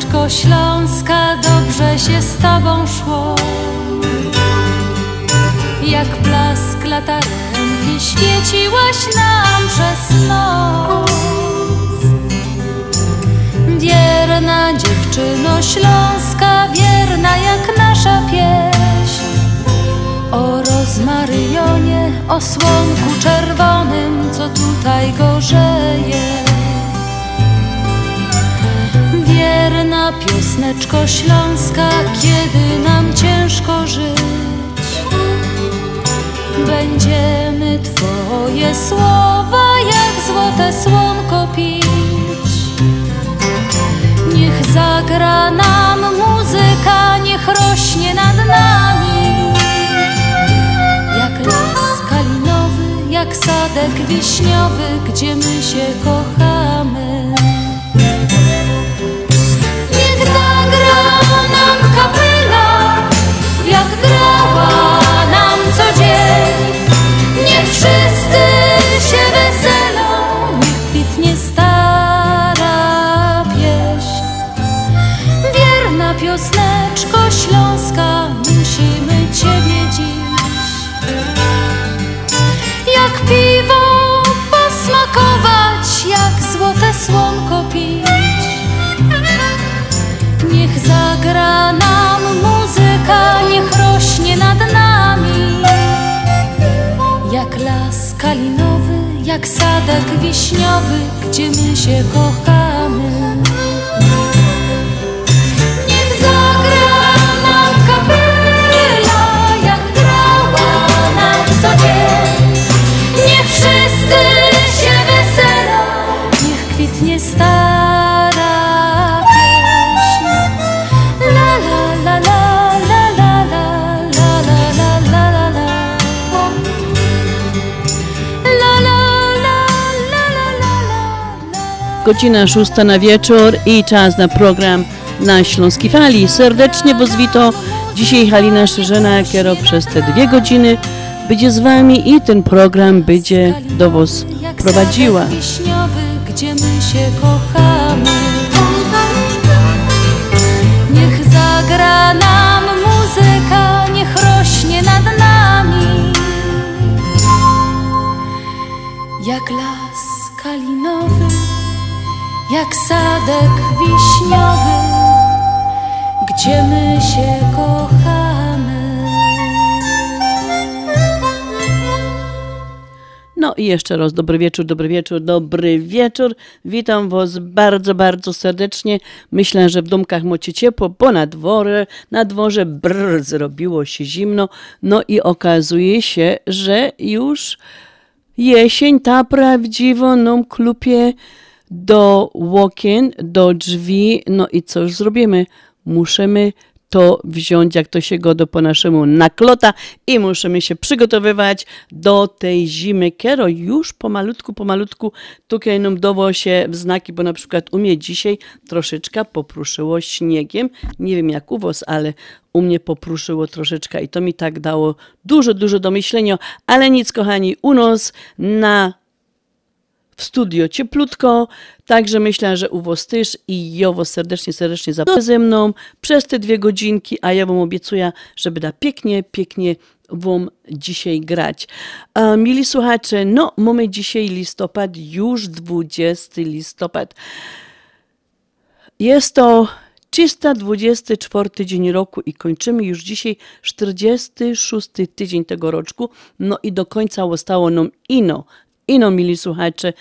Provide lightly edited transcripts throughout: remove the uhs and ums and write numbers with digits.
Piosneczko śląska, dobrze się z tobą szło. Jak blask latarenki świeciłaś nam przez noc. Wierna dziewczyno śląska, wierna jak nasza pieśń. O rozmaryjonie, o słonku czerwonym, co tutaj gorzeje. Wierna piosneczko śląska, kiedy nam ciężko żyć, będziemy twoje słowa jak złote słonko pić. Niech zagra nam muzyka, niech rośnie nad nami. Jak las kalinowy, jak sadek wiśniowy, gdzie my się kochamy. Niech zagra nam kapela, jak grała nam co dzień. Niech wszyscy się weselą, niech kwitnie stara pieśń. Wierna piosneczko śląska, musimy ciebie dziś jak piwo posmakować, jak złote słonko pić. Niech zagra nam muzyka, niech rośnie nad nami. Jak las kalinowy, jak sadek wiśniowy, gdzie my się kochamy. Niech zagra nam kapela, jak grała nam co dzień. Niech wszyscy się weselą, niech kwitnie stara pieśń. La la la la la la la la la la la la. Godzina 6 na wieczór i czas na program na Śląskiej Fali. Serdecznie was wito. Dzisiaj Halina Szerzena, kiero przez te 2 godziny będzie z wami i ten program będzie do was prowadziła. Gdzie my się kochamy. Niech zagra nam muzyka, niech rośnie nad nami. Jak las kalinowy, jak sadek wiśniowy, gdzie my się kochamy. No i jeszcze raz dobry wieczór, dobry wieczór, dobry wieczór. Witam was bardzo, bardzo serdecznie. Myślę, że w domkach macie ciepło, bo na dworze zrobiło się zimno. No i okazuje się, że już jesień ta prawdziwa nam klupie do okien, do drzwi. No i cóż zrobimy? Musimy to wziąć, jak to się godo po naszemu, na klota i musimy się przygotowywać do tej zimy, kiero już pomalutku tutaj nam dało się w znaki, bo na przykład u mnie dzisiaj troszeczkę popruszyło śniegiem. Nie wiem jak u was, ale u mnie popruszyło troszeczkę i to mi tak dało dużo do myślenia, ale nic kochani, u nas w studio cieplutko, także myślę, że u was też i ja was serdecznie zapraszam ze mną przez te 2 godzinki, a ja wam obiecuję, że będę pięknie wam dzisiaj grać. Mili słuchacze, no mamy dzisiaj listopad, już 20 listopad. Jest to 324 dzień roku i kończymy już dzisiaj 46 tydzień tego roczku, no i do końca zostało nam mili słuchacze,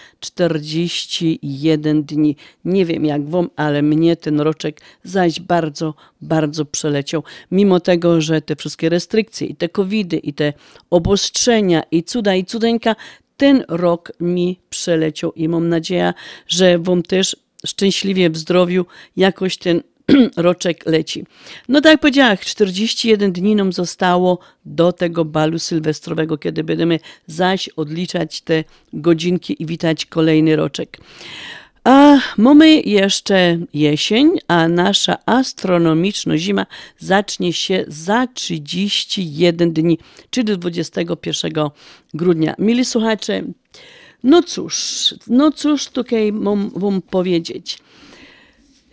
41 dni. Nie wiem jak wam, ale mnie ten roczek zaś bardzo przeleciał. Mimo tego, że te wszystkie restrykcje i te covidy i te obostrzenia i cuda i cudeńka, ten rok mi przeleciał i mam nadzieję, że wam też szczęśliwie w zdrowiu jakoś ten roczek leci. No tak jak powiedziałam, 41 dni nam zostało do tego balu sylwestrowego, kiedy będziemy zaś odliczać te godzinki i witać kolejny roczek. A mamy jeszcze jesień, a nasza astronomiczna zima zacznie się za 31 dni, czyli 21 grudnia. Mili słuchacze, no cóż tutaj mam wam powiedzieć.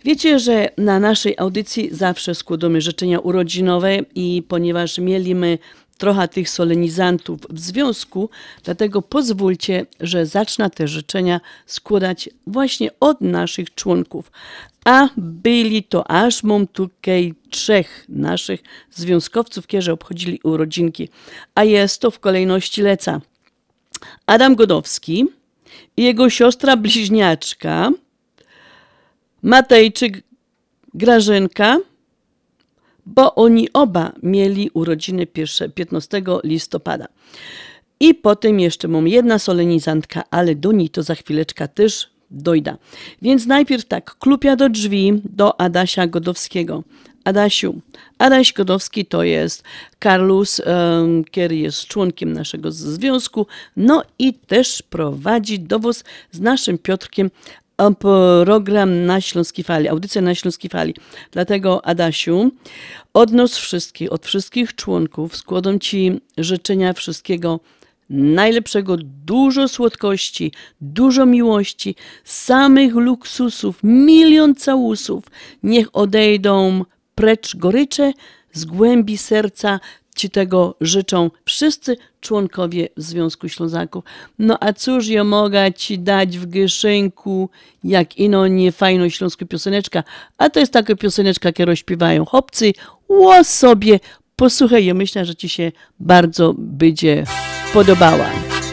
Wiecie, że na naszej audycji zawsze składamy życzenia urodzinowe i ponieważ mieliśmy trochę tych solenizantów w związku, dlatego pozwólcie, że zacznę te życzenia składać właśnie od naszych członków. A byli to aż mam tutaj 3 naszych związkowców, którzy obchodzili urodzinki. A jest to w kolejności leca Adam Godowski i jego siostra bliźniaczka Matejczyk Grażynka, bo oni oba mieli urodziny 15 listopada. I potem jeszcze mam jedna solenizantka, ale do niej to za chwileczkę też dojdę. Więc najpierw tak, klupia do drzwi do Adasia Godowskiego. Adasiu, Adaś Godowski to jest Karlus, który jest członkiem naszego związku, no i też prowadzi dowóz z naszym Piotrkiem program na Śląskiej Fali, audycja na Śląskiej Fali. Dlatego, Adasiu, od wszystkich członków składam Ci życzenia wszystkiego najlepszego, dużo słodkości, dużo miłości, samych luksusów, 1 000 000 całusów. Niech odejdą precz gorycze, z głębi serca Ci tego życzą wszyscy członkowie Związku Ślązaków. No a cóż ja mogę Ci dać w gieszynku, jak ino niefajną śląską pioseneczka, a to jest taka pioseneczka, którą śpiewają chłopcy, ło sobie, posłuchaj, ja myślę, że Ci się bardzo będzie podobała.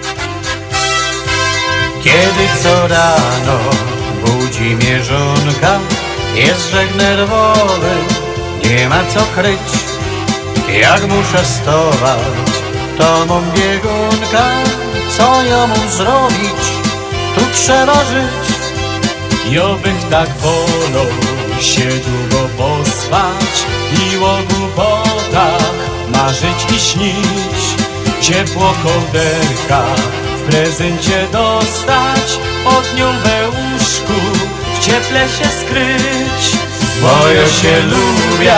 Kiedy co rano budzi mnie żonka, jest żeg nerwowy, nie ma co kryć. Jak muszę stować, to mam biegunka, co ja mam zrobić, tu trzeba żyć. Ja bych tak wolał się długo pospać i o głupotach marzyć i śnić. Ciepło kołderka w prezencie dostać, od nią we łóżku w cieple się skryć. Bo ja się lubię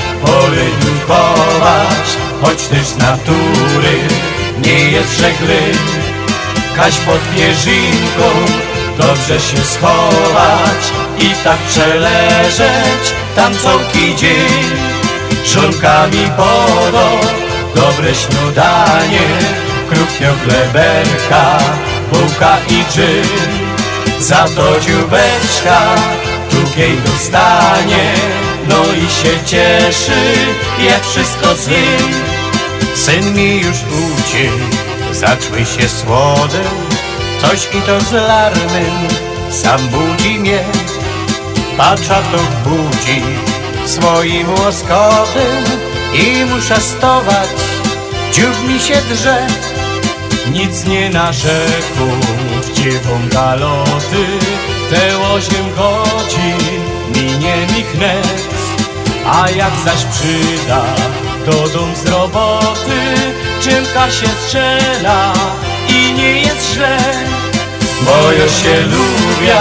porydukować, choć też z natury nie jest żegly. Kaś pod pierzynką dobrze się schować i tak przeleżeć tam całki dzień. Żonka mi poda dobre śniadanie, krupnio chleberka, bułka i dżin. Za to dziubeczka drugiej dostanie, no i się cieszy, jak wszystko zje. Syn mi już uciekł, zaczły się słody, coś i to z larmem, sam budzi mnie. Patrza to budzi swoim łoskotem i muszę stować, dziób mi się drze. Nic nie narzekł w dziewą galoty, te 8 godzin minie mi chnet. A jak zaś przyda do dom z roboty, czymka się strzela i nie jest źle. Bo ja się lubię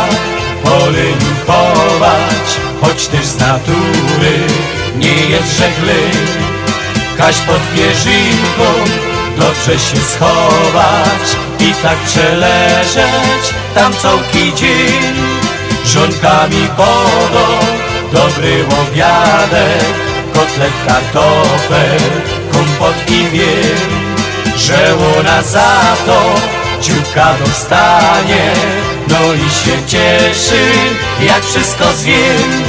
porydukować, choć też z natury nie jest żegly. Kaś pod pierzynką dobrze się schować i tak przeleżeć tam całki dzień. Żonka mi poda dobry obiadek, kotlet, kartofel, kompot i wiem, że ona za to dzióbka dostanie, no i się cieszy, jak wszystko zjem.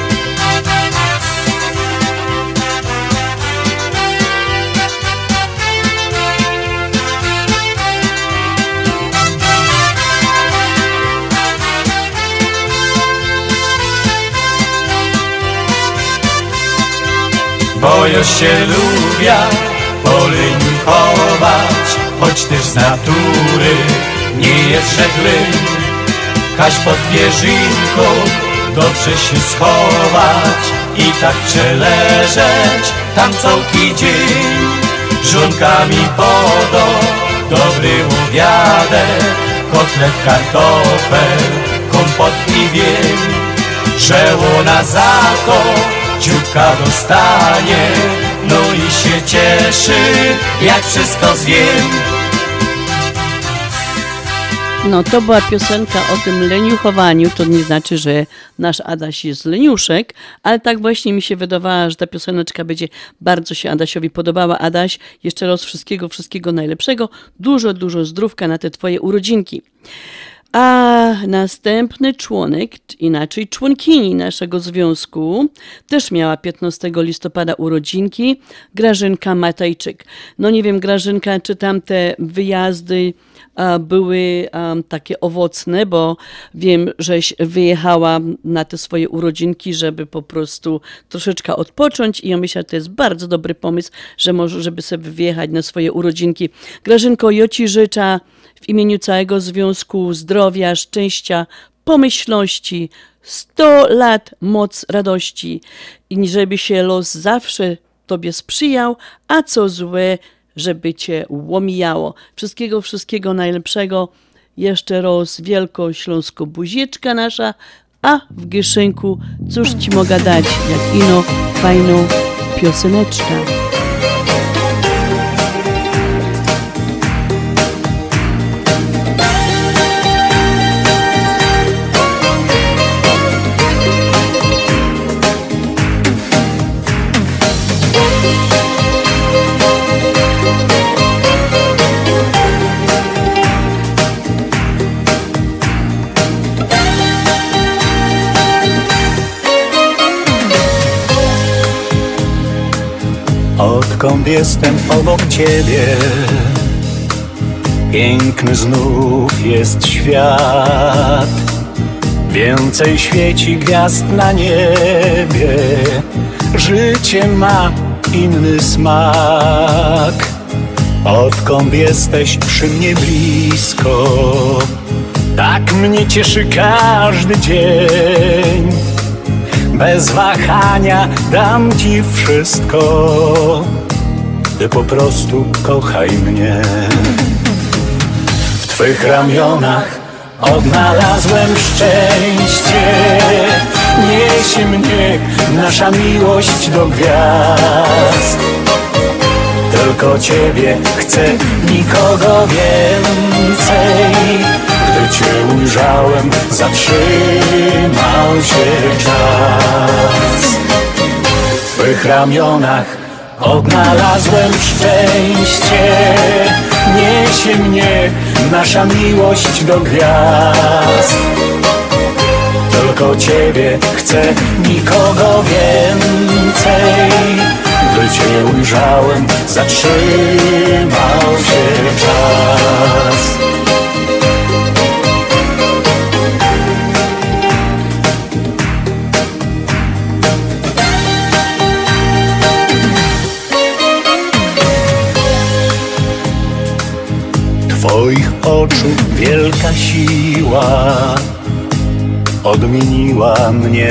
Bo ja się lubię porydukować, choć też z natury nie jest żegly. Kaś pod pierzynką dobrze się schować i tak przeleżeć tam całki dzień. Żonka mi poda dobry obiadek, kotlet, kartofel, kompot i wiem, że ona za to dzióbka dostanie, no i się cieszy, jak wszystko zjem. No to była piosenka o tym leniuchowaniu, to nie znaczy, że nasz Adaś jest leniuszek, ale tak właśnie mi się wydawała, że ta pioseneczka będzie bardzo się Adasiowi podobała. Adaś, jeszcze raz wszystkiego najlepszego, dużo zdrówka na te twoje urodzinki. A następny członek, inaczej członkini naszego związku, też miała 15 listopada urodzinki, Grażynka Matajczyk. No nie wiem, Grażynka, czy tamte wyjazdy były takie owocne, bo wiem, żeś wyjechała na te swoje urodzinki, żeby po prostu troszeczkę odpocząć i ja myślę, że to jest bardzo dobry pomysł, że może, żeby sobie wyjechać na swoje urodzinki. Grażynko, ja ci życzę w imieniu całego związku zdrowia, szczęścia, pomyślności, 100 lat moc radości i żeby się los zawsze tobie sprzyjał, a co złe, żeby cię łomijało. Wszystkiego najlepszego. Jeszcze raz wielkośląsko buzieczka nasza, a w kieszynku cóż ci mogę dać, jak ino fajną pioseneczkę. Odkąd jestem obok ciebie, piękny znów jest świat. Więcej świeci gwiazd na niebie, życie ma inny smak. Odkąd jesteś przy mnie blisko, tak mnie cieszy każdy dzień. Bez wahania dam ci wszystko, ty po prostu kochaj mnie. W twych ramionach odnalazłem szczęście, niesie mnie nasza miłość do gwiazd. Tylko ciebie chcę, nikogo więcej. Gdy cię ujrzałem, zatrzymał się czas. W twych ramionach odnalazłem szczęście, niesie mnie nasza miłość do gwiazd. Tylko ciebie chcę, nikogo więcej. Gdy cię ujrzałem, zatrzymał się czas. Twoich oczu wielka siła odmieniła mnie.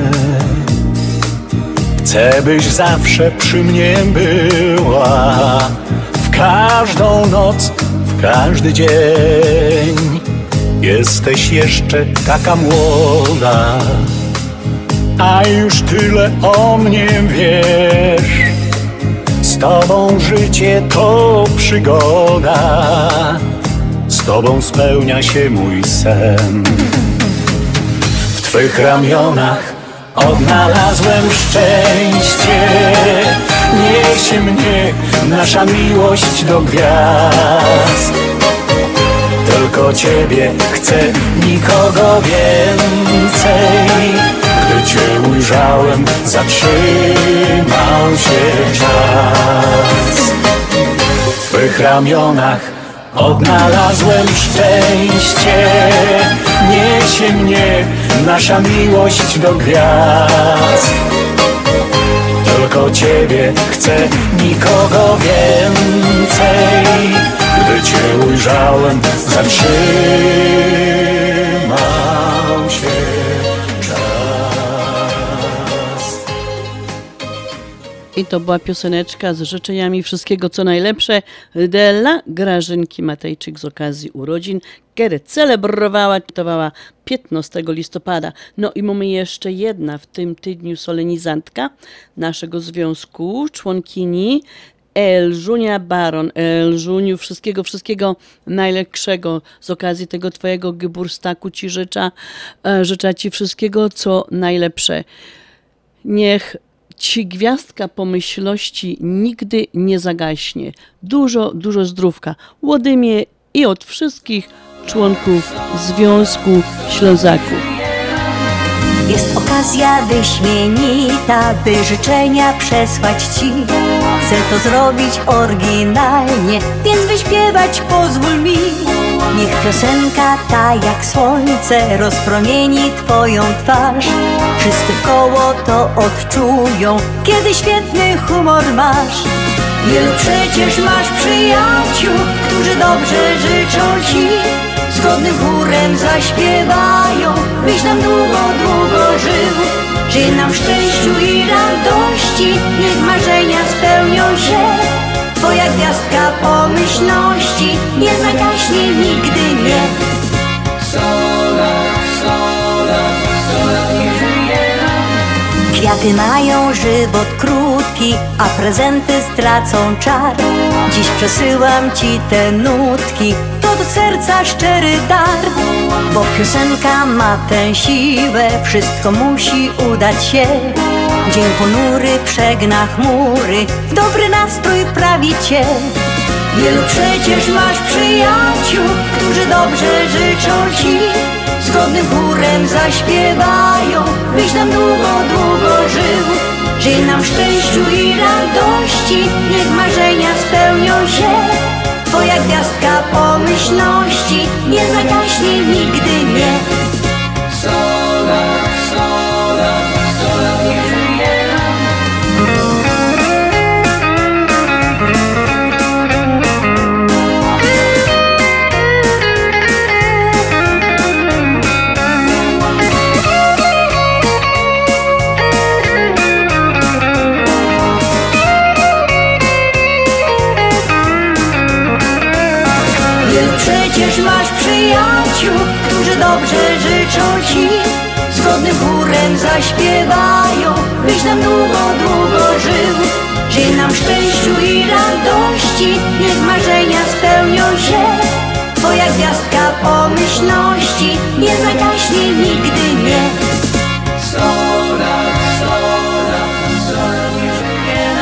Chcę, byś zawsze przy mnie była, w każdą noc, w każdy dzień. Jesteś jeszcze taka młoda, a już tyle o mnie wiesz. Z tobą życie to przygoda, z tobą spełnia się mój sen. W twych ramionach odnalazłem szczęście, niesie mnie nasza miłość do gwiazd. Tylko ciebie chcę, nikogo więcej. Gdy cię ujrzałem, zatrzymał się czas. W twych ramionach odnalazłem szczęście, niesie mnie nasza miłość do gwiazd. Tylko ciebie chcę, nikogo więcej. Gdy cię ujrzałem, zatrzymał się czas. I to była pioseneczka z życzeniami wszystkiego co najlepsze dla Grażynki Matajczyk z okazji urodzin, które celebrowała 15 listopada. No i mamy jeszcze jedna w tym tygodniu solenizantka naszego związku, członkini Elżunia Baron. Elżuniu, wszystkiego najlepszego z okazji tego twojego Geburtstagu ci życzę ci wszystkiego, co najlepsze. Niech ci gwiazdka pomyślności nigdy nie zagaśnie. Dużo zdrówka. Władimir i od wszystkich członków Związku Ślązaków. Jest okazja wyśmienita, by życzenia przesłać ci. Chcę to zrobić oryginalnie, więc wyśpiewać pozwól mi. Niech piosenka ta jak słońce rozpromieni twoją twarz. Wszyscy wkoło to odczują, kiedy świetny humor masz. Wielu przecież masz przyjaciół, którzy dobrze życzą ci. Zgodnym chórem zaśpiewają, byś nam długo żył. Żyj nam w szczęściu i radości, niech marzenia spełnią się. Twoja gwiazdka pomyślności nie zagaśnie nigdy, nie. Kwiaty mają żywot krótki, a prezenty stracą czar. Dziś przesyłam ci te nutki, to do serca szczery dar. Bo piosenka ma tę siłę, wszystko musi udać się. Dzień ponury przegna chmury, w dobry nastrój prawi cię. Wielu przecież masz przyjaciół, którzy dobrze życzą ci. Zgodnym chórem zaśpiewają, byś nam długo żył. Żyj nam w szczęściu i radości, niech marzenia spełnią się. Twoja gwiazdka pomyślności nie zagaśnie nigdy, nie. 100 lat, 100 lat, 100 lat nie żyje nam. Przecież masz przyjaciół, którzy dobrze życzą ci. Zgodnym chórem zaśpiewają, byś nam długo żył. Żyj nam w szczęściu i radości, niech marzenia spełnią się. Twoja gwiazdka pomyślności nie zagaśnie nigdy, nie. 100 lat, 100 lat, 100 lat nie żyje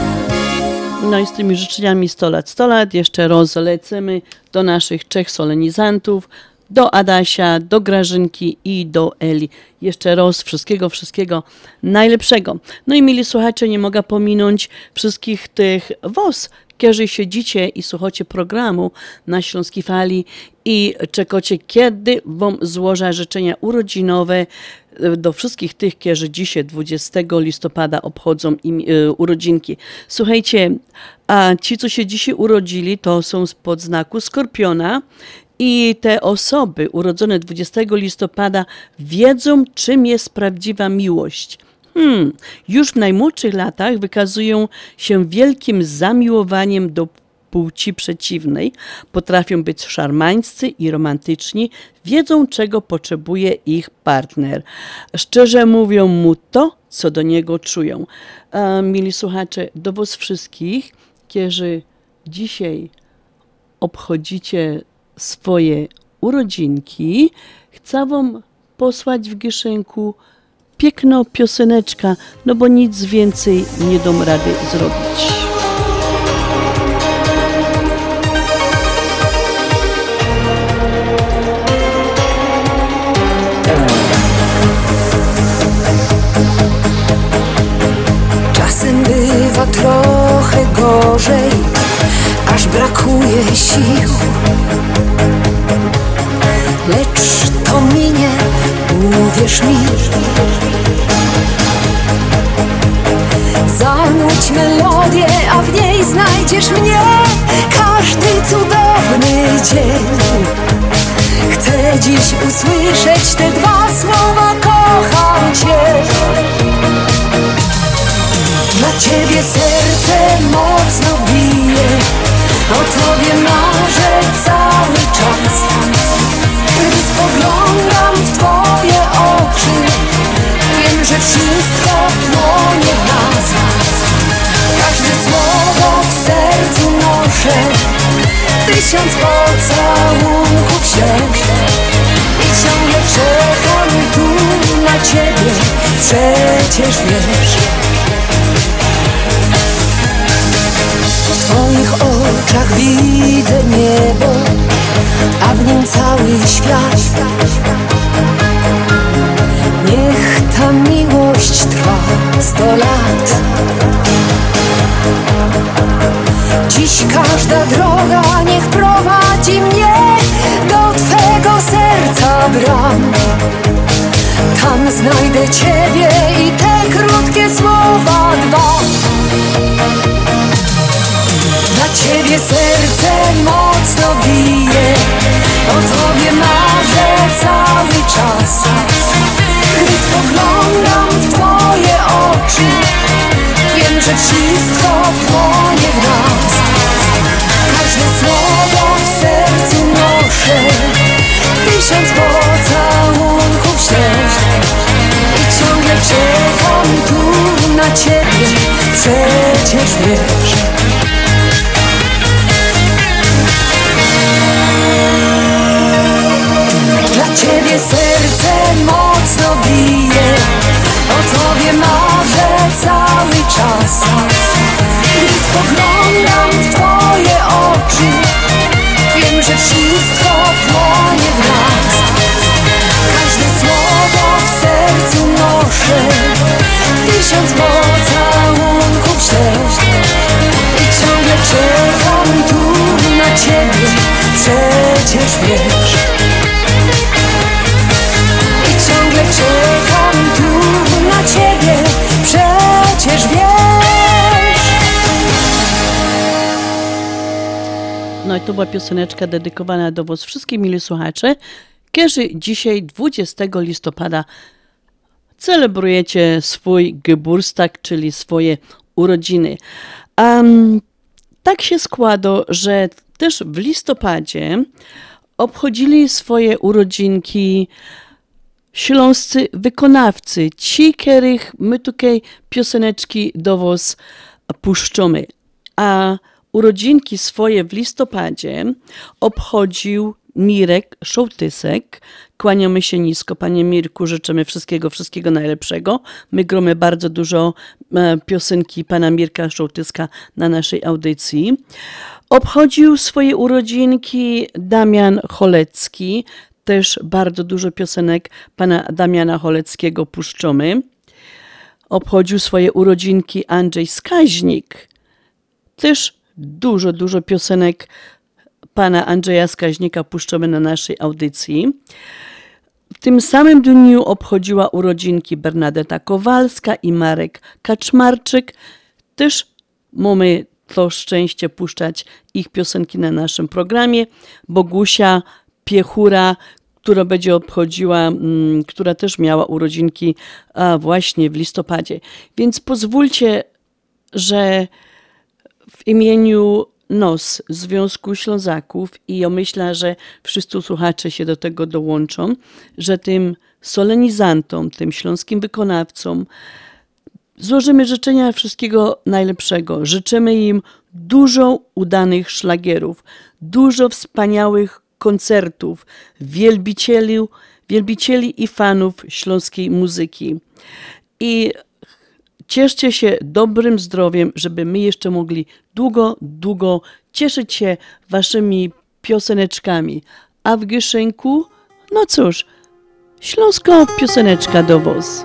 nam. No i z tymi życzeniami 100 lat, jeszcze raz lecimy do naszych 3 solenizantów, do Adasia, do Grażynki i do Eli. Jeszcze raz wszystkiego najlepszego. No i mili słuchacze, nie mogę pominąć wszystkich tych was, którzy siedzicie i słuchacie programu na Śląskiej Fali i czekacie, kiedy wam złożę życzenia urodzinowe do wszystkich tych, którzy dzisiaj 20 listopada obchodzą urodzinki. Słuchajcie, a ci, co się dzisiaj urodzili, to są spod znaku Skorpiona i te osoby urodzone 20 listopada wiedzą, czym jest prawdziwa miłość. Już w najmłodszych latach wykazują się wielkim zamiłowaniem do płci przeciwnej, potrafią być szarmańscy i romantyczni, wiedzą, czego potrzebuje ich partner. Szczerze mówią mu to, co do niego czują. Mili słuchacze, do was wszystkich, którzy dzisiaj obchodzicie swoje urodzinki, chcę wam posłać w kieszonku piękną pioseneczka, no bo nic więcej nie dam rady zrobić. Czasem bywa trochę gorzej, aż brakuje sił. Lecz to minie, uwierz mi. Zanudź melodię, a w niej znajdziesz mnie. Każdy cudowny dzień. Chcę dziś usłyszeć te 2 słowa: kocham cię. Dla ciebie serce mocno bije, o tobie marzę cały czas. Gdy spoglądam w twoje oczy, wiem, że wszystko płonie w nas. Każde słowo w 1000 pocałunków śleć. I ciągle czekam tu na ciebie, przecież wiesz. W twoich oczach widzę niebo, a w nim cały świat. Niech ta miłość trwa 100 lat. Dziś każda droga niech prowadzi mnie do twego serca bram. Tam znajdę ciebie i te krótkie słowa dwa. Dla ciebie serce mocno bije, o tobie marzę cały czas. Gdy spoglądam w twoje oczy, wiem, że wszystko płonie w nas. Każde słowo w sercu noszę, 1000 pocałunków śleć. I ciągle czekam tu na ciebie, przecież wiesz. Dla ciebie serce mocno bije, o tobie marzę cały czas. Gdy spoglądam w twoje oczy, wiem, że wszystko płonie w nas. Każde słowo w sercu noszę, 1000 pocałunków śleć. I ciągle czekam tu na ciebie, przecież wiesz. I ciągle czekam tu na ciebie, przecież wiesz. No i to była pioseneczka dedykowana do was wszystkim, mili słuchacze, którzy dzisiaj 20 listopada celebrujecie swój Geburtstag, czyli swoje urodziny. Tak się składa, że też w listopadzie obchodzili swoje urodzinki śląscy wykonawcy, ci, których my tutaj pioseneczki do was puszczamy. A urodzinki swoje w listopadzie obchodził Mirek Szołtysek. Kłaniamy się nisko, panie Mirku, życzymy wszystkiego najlepszego. My gromy bardzo dużo piosenki pana Mirka Szołtyska na naszej audycji. Obchodził swoje urodzinki Damian Cholecki. Też bardzo dużo piosenek pana Damiana Choleckiego puszczamy. Obchodził swoje urodzinki Andrzej Skaźnik. Też dużo piosenek pana Andrzeja Skaźnika puszczamy na naszej audycji. W tym samym dniu obchodziła urodzinki Bernadeta Kowalska i Marek Kaczmarczyk. Też mamy to szczęście puszczać ich piosenki na naszym programie. Bogusia Piechura, która będzie obchodziła, która też miała urodzinki właśnie w listopadzie. Więc pozwólcie, że w imieniu NOS, Związku Ślązaków, i ja myślę, że wszyscy słuchacze się do tego dołączą, że tym solenizantom, tym śląskim wykonawcom złożymy życzenia wszystkiego najlepszego. Życzymy im dużo udanych szlagierów, dużo wspaniałych koncertów, wielbicieli i fanów śląskiej muzyki. I cieszcie się dobrym zdrowiem, żeby my jeszcze mogli długo cieszyć się waszymi pioseneczkami. A w Gieszynku, no cóż, śląska pioseneczka do was.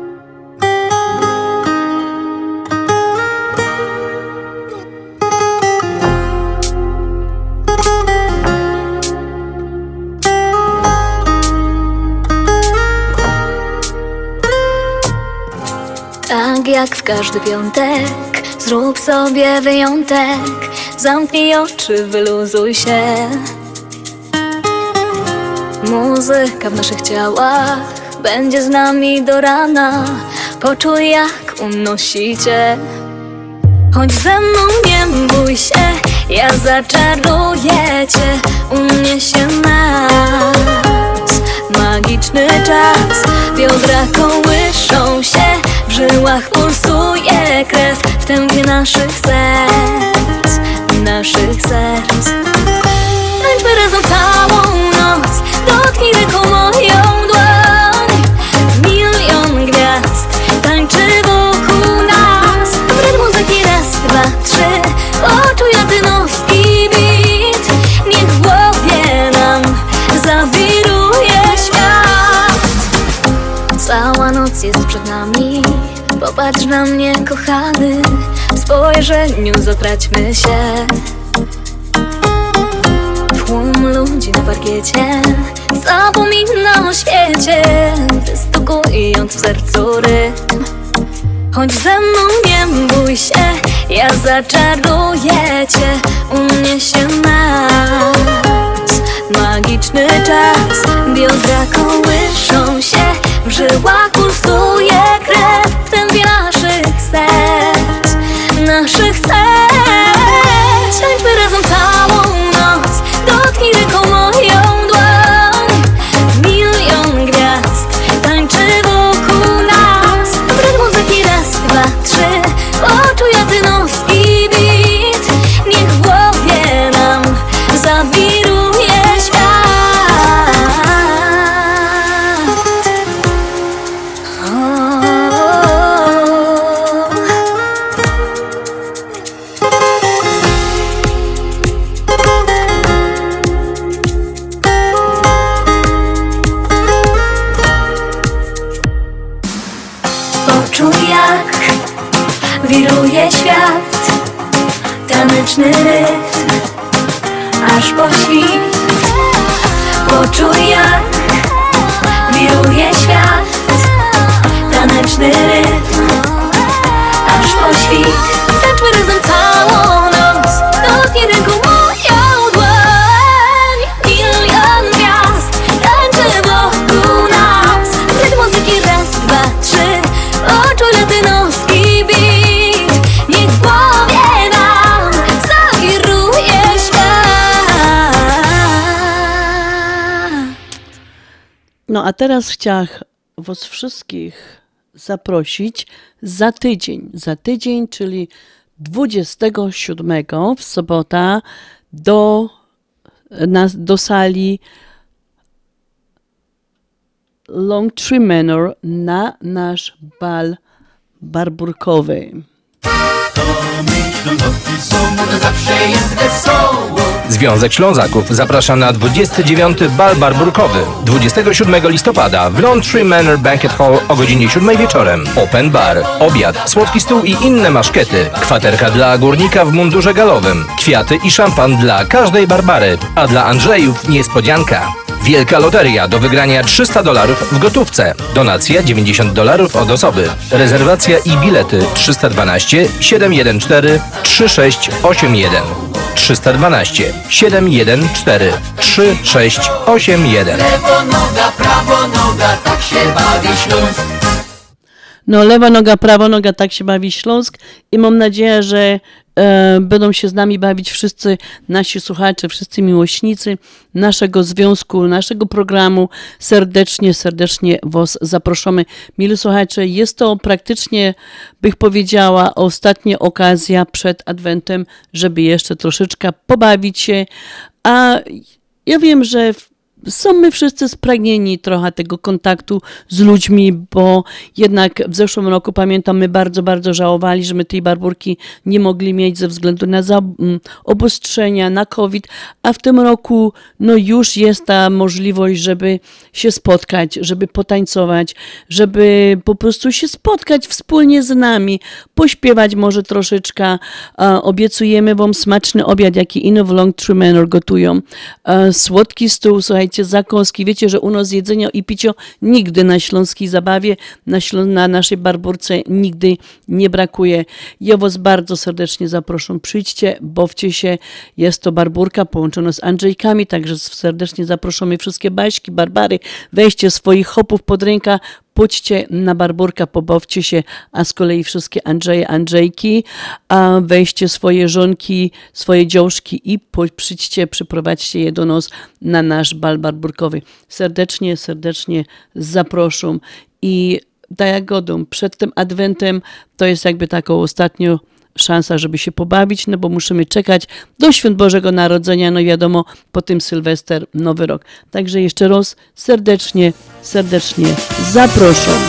Tak jak w każdy piątek, zrób sobie wyjątek. Zamknij oczy, wyluzuj się. Muzyka w naszych ciałach będzie z nami do rana. Poczuj, jak unosi cię. Chodź ze mną, nie bój się, ja zaczaruję cię. Uniesie nas magiczny czas. Biodra kołyszą się, w żyłach pulsuje krew, w tętnie naszych serc, naszych serc. Tańczmy razem całą noc, dotknij ręką moją dłoń. Milion gwiazd tańczy wokół nas. W rytm muzyki raz, dwa, trzy, poczuj latynoski beat. Niech w głowie nam zawiruje świat. Cała noc jest przed nami, popatrz na mnie, kochany. W spojrzeniu zatraćmy się. Tłum ludzi na parkiecie zapomina o świecie, wystukując w sercu rytm. Chodź ze mną, nie bój się, ja zaczaruję cię. Uniesie nas magiczny czas. Biodra kołyszą się, w żyłach pulsuje krew. W tempie naszych serc, naszych serc. Tańczmy razem całą noc, dotknij ręką moją dłoń. Milion gwiazd tańczy wokół nas. W rytm muzyki raz, dwa, trzy, poczuj latynoski beat. Niech w głowie nam zawiruje świat. Poczuj, jak wiruje świat, taneczny rytm, aż po świt. Poczuj, jak wiruje świat, taneczny rytm, aż po świt. Tańczmy razem całą noc, dotknij ręką moją dłoń. Milion gwiazd tańczy wokół nas. Rytm muzyki raz, dwa, trzy, poczuj latynoski beat. Niech w głowie nam zawiruje świat. No a teraz chciałam was wszystkich zaprosić za tydzień, czyli 27 w sobota do sali Longtree Manor na nasz bal barburkowy. Związek Ślązaków zaprasza na 29. bal barburkowy 27 listopada w Longtree Manor Banquet Hall o godzinie 7 wieczorem. Open bar, obiad, słodki stół i inne maszkety. Kwaterka dla górnika w mundurze galowym. Kwiaty i szampan dla każdej Barbary. A dla Andrzejów niespodzianka. Wielka loteria do wygrania $300 w gotówce. Donacja $90 od osoby. Rezerwacja i bilety 312 714 3681. 312 714 3681. Lewo noga, prawo noga, tak się bawi Śląsk. No lewa noga, prawa noga, tak się bawi Śląsk i mam nadzieję, że będą się z nami bawić wszyscy nasi słuchacze, wszyscy miłośnicy naszego związku, naszego programu. Serdecznie was zapraszamy. Mili słuchacze, jest to praktycznie, bych powiedziała, ostatnia okazja przed Adwentem, żeby jeszcze troszeczkę pobawić się, a ja wiem, że są my wszyscy spragnieni trochę tego kontaktu z ludźmi, bo jednak w zeszłym roku, pamiętam, my bardzo żałowali, że my tej barburki nie mogli mieć ze względu na obostrzenia, na COVID, a w tym roku no już jest ta możliwość, żeby się spotkać, żeby potańcować, żeby po prostu się spotkać wspólnie z nami, pośpiewać może troszeczkę. Obiecujemy wam smaczny obiad, jaki ino w Longtree Manor gotują. Słodki stół, słuchajcie, zakąski. Wiecie, że u nas jedzenia i picia nigdy na śląskiej zabawie, na naszej barburce nigdy nie brakuje. Ja was bardzo serdecznie zapraszam. Przyjdźcie, bawcie się. Jest to barburka połączona z Andrzejkami, także serdecznie zapraszamy wszystkie Baśki, Barbary. Weźcie swoich hopów pod rękę, pójdźcie na barburka, pobawcie się, a z kolei wszystkie Andrzeje, Andrzejki, a weźcie swoje żonki, swoje dziążki i przyjdźcie, przyprowadźcie je do nas na nasz bal barburkowy. Serdecznie zapraszam. I tak jak godą, przed tym Adwentem to jest jakby taką ostatnią szansa, żeby się pobawić, no bo musimy czekać do Świąt Bożego Narodzenia, no wiadomo, po tym Sylwester, Nowy Rok. Także jeszcze raz serdecznie zapraszam.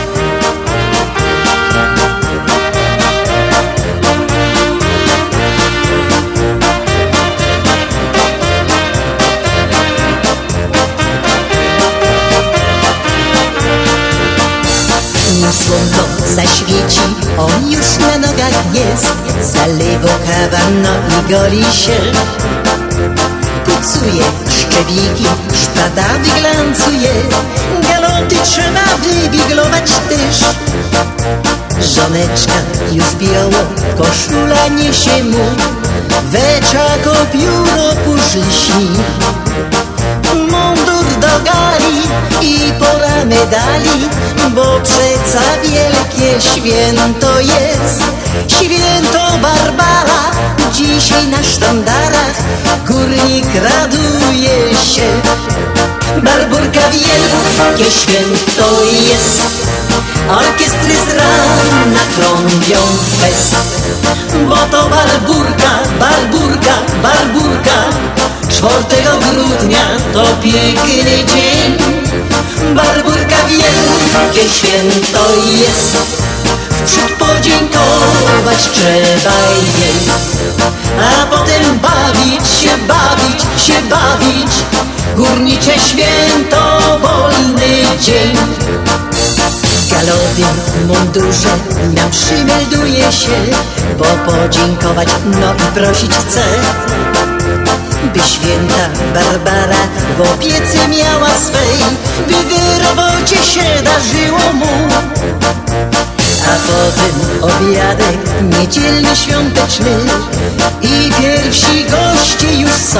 Nim słonko zaświeci, on już na nogach jest. Zalewo kawa, no i goli się. Pucuje szczewiki, szpada wyglancuje. Galoty trzeba wybiglować też. Żoneczka już biało, koszula niesie mu. Weczako pióro puszli śni. Mundur do gali i pora medali, bo przeca wielkie święto jest. Święto Barbara, dzisiaj na sztandarach górnik raduje się. Barburka wielkie święto jest, orkiestry z rana trąbią fest. Bo to Barburka, Barburka, Barburka, 4 grudnia to piękny dzień. Barburka wielkie święto jest, wprzód podziękować trzeba jej, a potem bawić się, bawić się, bawić. Górnicze święto, wolny dzień. W galowym mundurze nam przymelduje się, bo podziękować, no i prosić chce. By święta Barbara w opiece miała swej, by w robocie się darzyło mu. A potem obiadek niedzielny świąteczny i pierwsi goście już są.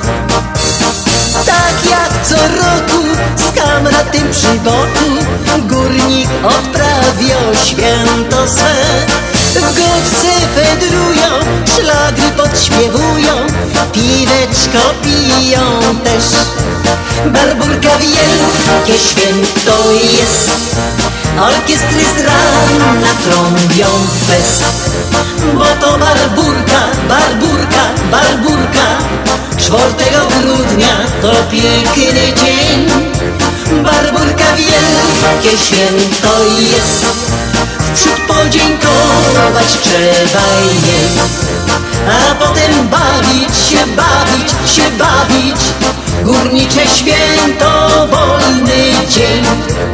Tak jak co roku z kamratem przy boku górnik odprawia święto swe. W godce fedrują, szlagry podśpiewują, piweczko piją też. Barburka wielkie święto jest, orkiestry z rana trąbią fest. Bo to Barburka, Barburka, Barburka, 4 grudnia to piękny dzień. Barburka wielkie święto jest, wprzód podziękować trzeba jej, a potem bawić się, bawić się, bawić. Górnicze święto, wolny dzień.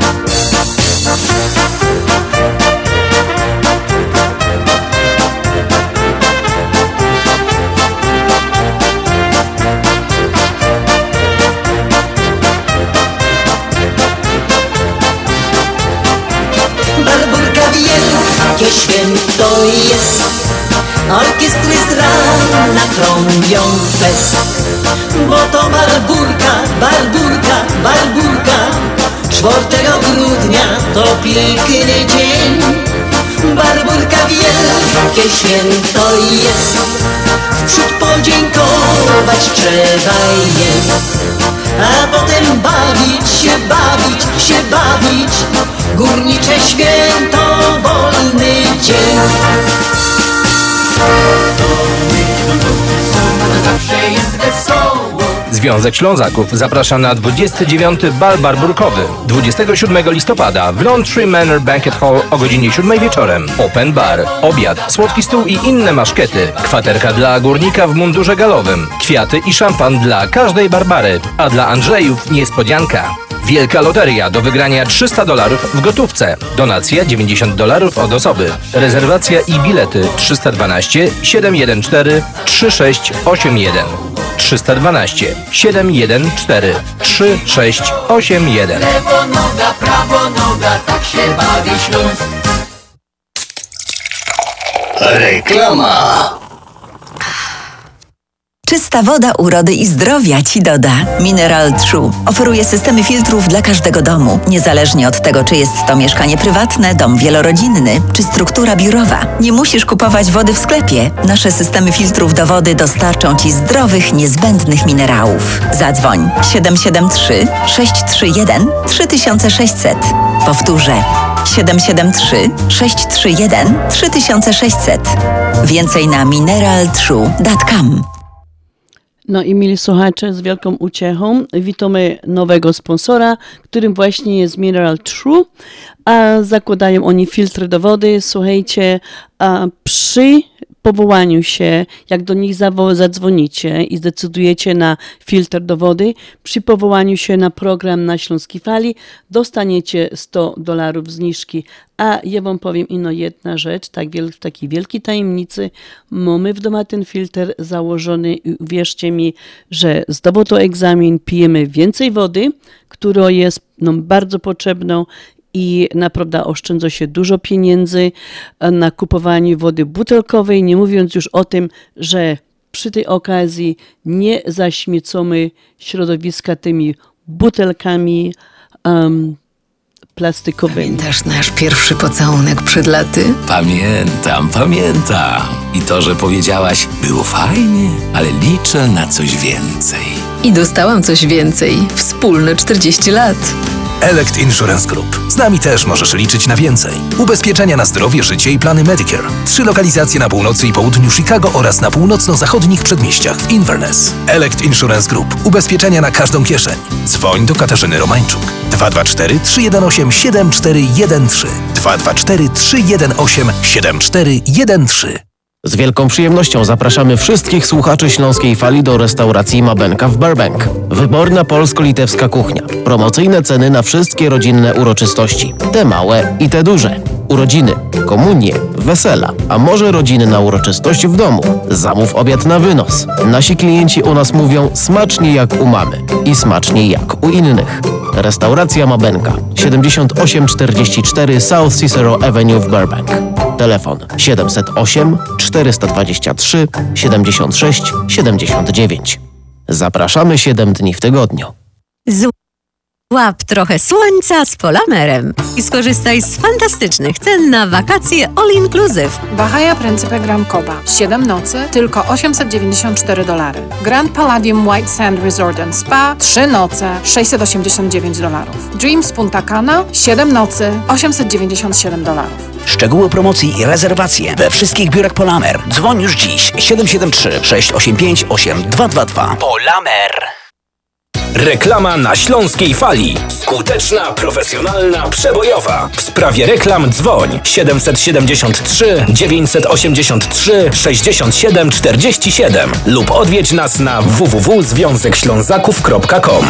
Barburka wielkie święto jest, orkiestry z rana trąbią fest. Bo to Barburka, Barburka, Barburka, 4 grudnia to piękny dzień. Barburka wielkie święto jest, wprzód podziękować trzeba jej, a potem bawić się, bawić się, bawić. Górnicze święto, wolny dzień. Zawsze jest wesoło. Związek Ślązaków zaprasza na 29. bal barburkowy 27 listopada w Lawn Manor Banquet Hall o godzinie 7 wieczorem. Open bar, obiad, słodki stół i inne maszkety. Kwaterka dla górnika w mundurze galowym. Kwiaty i szampan dla każdej Barbary, a dla Andrzejów niespodzianka. Wielka loteria do wygrania $300 w gotówce. Donacja $90 od osoby. Rezerwacja i bilety 312 714 3681. 312 714 3681. Lewo noga, prawo noga, tak się bawi Śląsk. Reklama. Czysta woda urody i zdrowia Ci doda. Mineral True oferuje systemy filtrów dla każdego domu, niezależnie od tego, czy jest to mieszkanie prywatne, dom wielorodzinny, czy struktura biurowa. Nie musisz kupować wody w sklepie. Nasze systemy filtrów do wody dostarczą Ci zdrowych, niezbędnych minerałów. Zadzwoń 773 631 3600. Powtórzę 773 631 3600. Więcej na mineraltrue.com. No i mili słuchacze, z wielką uciechą witamy nowego sponsora, którym właśnie jest Mineral True, a zakładają oni filtry do wody. Słuchajcie, a przy powołaniu się, jak do nich zadzwonicie i zdecydujecie na filtr do wody, przy powołaniu się na program na Śląskiej Fali dostaniecie $100 zniżki. A ja wam powiem ino jedna rzecz, w takiej wielkiej tajemnicy, mamy w domu ten filtr założony i uwierzcie mi, że zdobył to egzamin, pijemy więcej wody, która jest nam bardzo potrzebną i naprawdę oszczędza się dużo pieniędzy na kupowaniu wody butelkowej, nie mówiąc już o tym, że przy tej okazji nie zaśmiecamy środowiska tymi butelkami plastikowymi. Pamiętasz nasz pierwszy pocałunek przed laty? Pamiętam. I to, że powiedziałaś, było fajnie, ale liczę na coś więcej. I dostałam coś więcej. Wspólne 40 lat. Elect Insurance Group. Z nami też możesz liczyć na więcej. Ubezpieczenia na zdrowie, życie i plany Medicare. 3 lokalizacje na północy i południu Chicago oraz na północno-zachodnich przedmieściach w Inverness. Elect Insurance Group. Ubezpieczenia na każdą kieszeń. Dzwoń do Katarzyny Romańczuk. 224 318 7413. 224 318 7413. Z wielką przyjemnością zapraszamy wszystkich słuchaczy Śląskiej Fali do restauracji Mabenka w Burbank. Wyborna polsko-litewska kuchnia. Promocyjne ceny na wszystkie rodzinne uroczystości. Te małe i te duże. Urodziny, komunie, wesela, a może rodziny na uroczystość w domu. Zamów obiad na wynos. Nasi klienci u nas mówią smacznie jak u mamy i smacznie jak u innych. Restauracja Mabenka, 7844 South Cicero Avenue w Burbank. Telefon 708 423 76 79. Zapraszamy 7 dni w tygodniu. Złap trochę słońca z Polamerem i skorzystaj z fantastycznych cen na wakacje all inclusive. Bahia Principe Grand Coba. 7 nocy, tylko $894. Grand Palladium White Sand Resort and Spa. 3 noce, $689. Dreams Punta Cana. 7 nocy, $897. Szczegóły promocji i rezerwacje we wszystkich biurach Polamer. Dzwoń już dziś 773 685 8222. Polamer. Reklama na Śląskiej Fali. Skuteczna, profesjonalna, przebojowa. W sprawie reklam dzwoń 773 983 67 47 lub odwiedź nas na www.związekślązaków.com.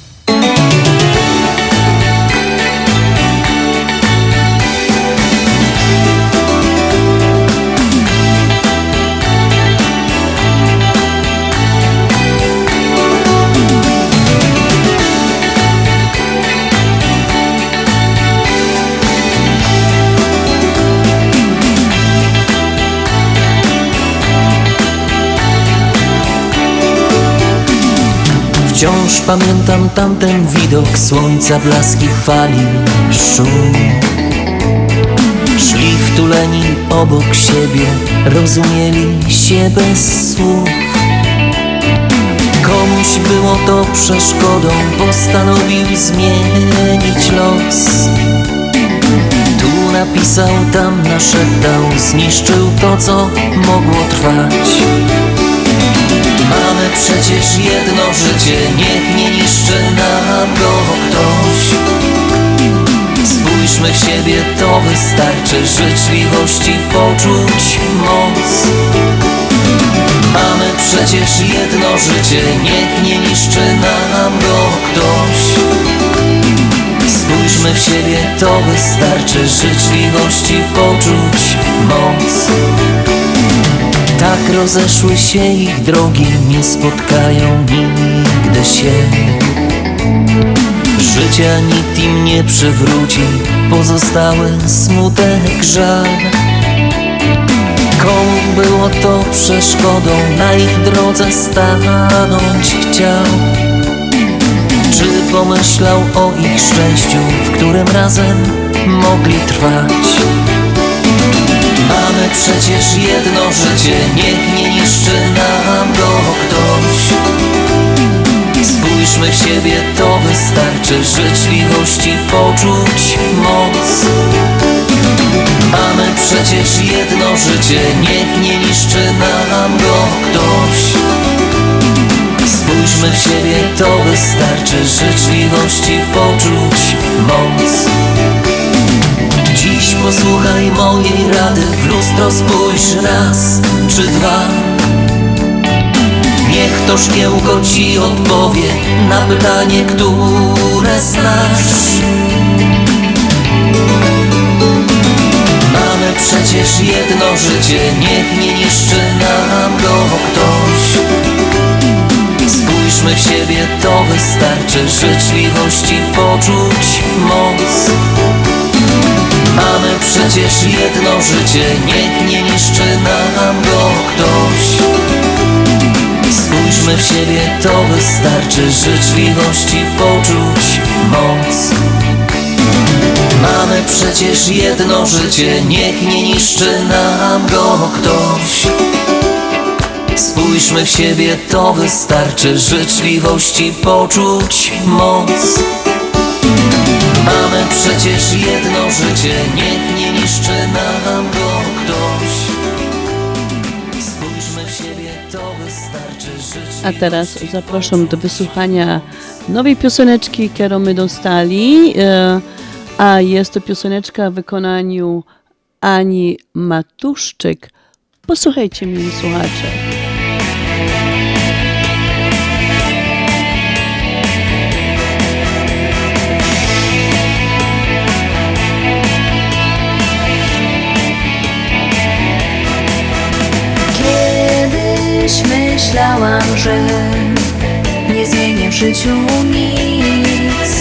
Wciąż pamiętam tamten widok słońca, blaski fali, szum. Szli wtuleni obok siebie, rozumieli się bez słów. Komuś było to przeszkodą, postanowił zmienić los. Tu napisał, tam naszeptał, zniszczył to, co mogło trwać. Mamy przecież jedno życie, niech nie niszczy nam go ktoś. Spójrzmy w siebie, to wystarczy, życzliwości poczuć moc. Mamy przecież jedno życie, niech nie niszczy nam go ktoś. Spójrzmy w siebie, to wystarczy, życzliwości poczuć moc. Tak rozeszły się ich drogi, nie spotkają nigdy się. Życia nikt im nie przywróci, pozostały smutek, żal. Komu było to przeszkodą, na ich drodze stanąć chciał? Czy pomyślał o ich szczęściu, w którym razem mogli trwać? Mamy przecież jedno życie, niech nie niszczy nam go ktoś. Spójrzmy w siebie, to wystarczy, wystarczy życzliwości poczuć moc. Mamy przecież jedno życie, niech nie niszczy nam go ktoś. Spójrzmy w siebie, to wystarczy życzliwości poczuć moc. Dziś posłuchaj mojej rady, w lustro spójrz raz czy dwa. Niech to szkiełko ci odpowie na pytanie, które znasz. Mamy przecież jedno życie, niech nie niszczy nam go ktoś. Spójrzmy w siebie, to wystarczy życzliwości poczuć moc. Mamy przecież jedno życie, niech nie niszczy nam go ktoś. Spójrzmy w siebie, to wystarczy życzliwości poczuć moc. Mamy przecież jedno życie, niech nie niszczy nam go ktoś. Spójrzmy w siebie, to wystarczy życzliwości poczuć moc. Mamy przecież jedno życie, niech nie niszczy nam go ktoś. Spójrzmy w siebie, to wystarczy życzliwości. A teraz zapraszam do wysłuchania nowej pioseneczki, którą my dostali. A jest to pioseneczka w wykonaniu Ani Matuszczyk. Posłuchajcie, mili słuchacze. Kiedyś myślałam, że nie zmienię w życiu nic.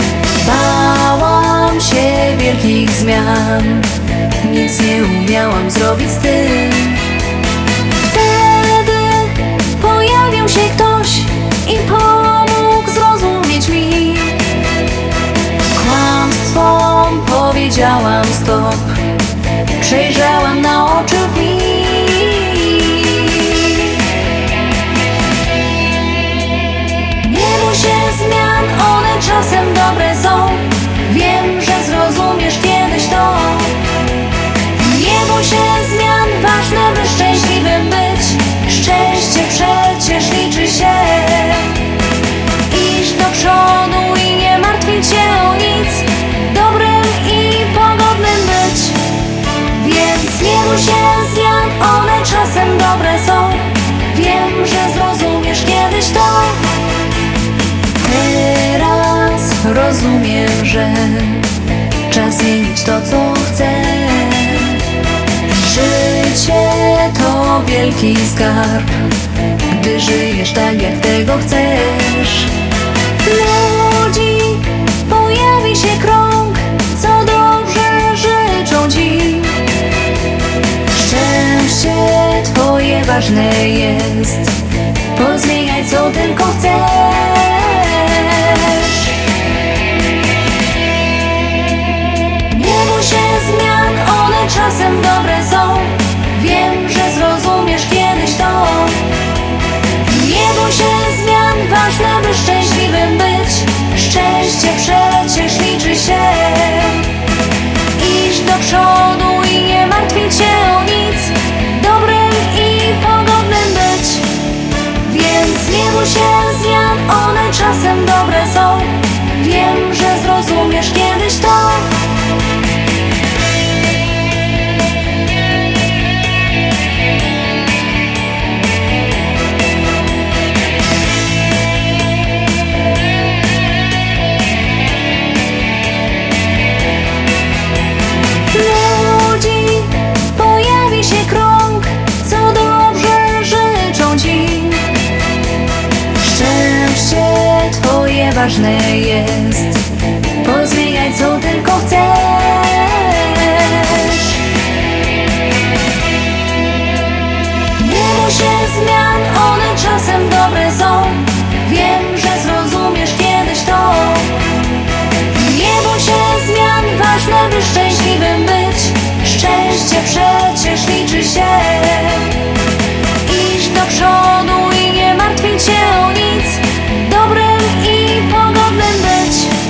Bałam się wielkich zmian, nic nie umiałam zrobić z tym. Wtedy pojawił się ktoś i pomógł zrozumieć mi. Kłamstwom powiedziałam stop, przejrzałam na oczy mi. Nie bój się zmian, one czasem dobre są. Wiem, że zrozumiesz kiedyś to. Nie bój się zmian, ważne by szczęśliwym być. Szczęście przecież liczy się. Iść do przodu i nie martwić się o nic. Dobrym i pogodnym być. Więc nie bój się zmian, one czasem dobre są. Wiem, że zrozumiesz kiedyś to. Teraz rozumiem, że czas zmienić to, co chcę. Życie to wielki skarb, gdy żyjesz tak, jak tego chcesz. Ludzi pojawi się krąg, co dobrze życzą ci. Szczęście twoje ważne jest, pozmieniaj co tylko chcesz. Nie bój się zmian, one czasem dobre są. Wiem, że zrozumiesz kiedyś to. Nie bój się zmian, ważne by szczęśliwym być. Szczęście przecież liczy się. Iść do przodu i nie martwić się o nic. Dobrym i pogodnym być. Więc nie bój się zmian, one czasem dobre są. Wiem, że zrozumiesz kiedyś to. Ludzi pojawi się krąg, co dobrze życzą ci. Szczęście twoje ważne jest, pozmieniaj co tylko chcesz. Nie bój się zmian, one czasem dobre są. Wiem, że zrozumiesz kiedyś to. Nie bój się zmian, ważne by szczęśliwym być. Szczęście przecież liczy się. Iść do przodu i nie martwić się o nic. Dobrym i pogodnym być.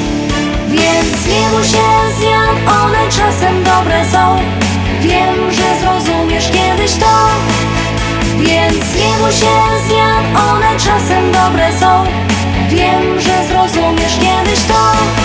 bój się zmian, one czasem dobre są. Wiem, że zrozumiesz kiedyś to.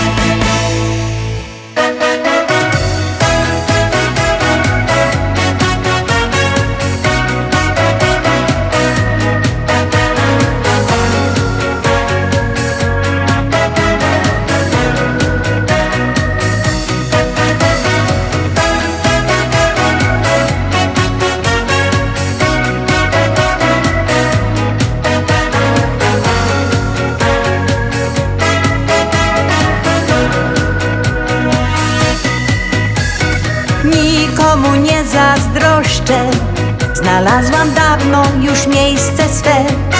Nikomu nie zazdroszczę, znalazłam dawno już miejsce swe.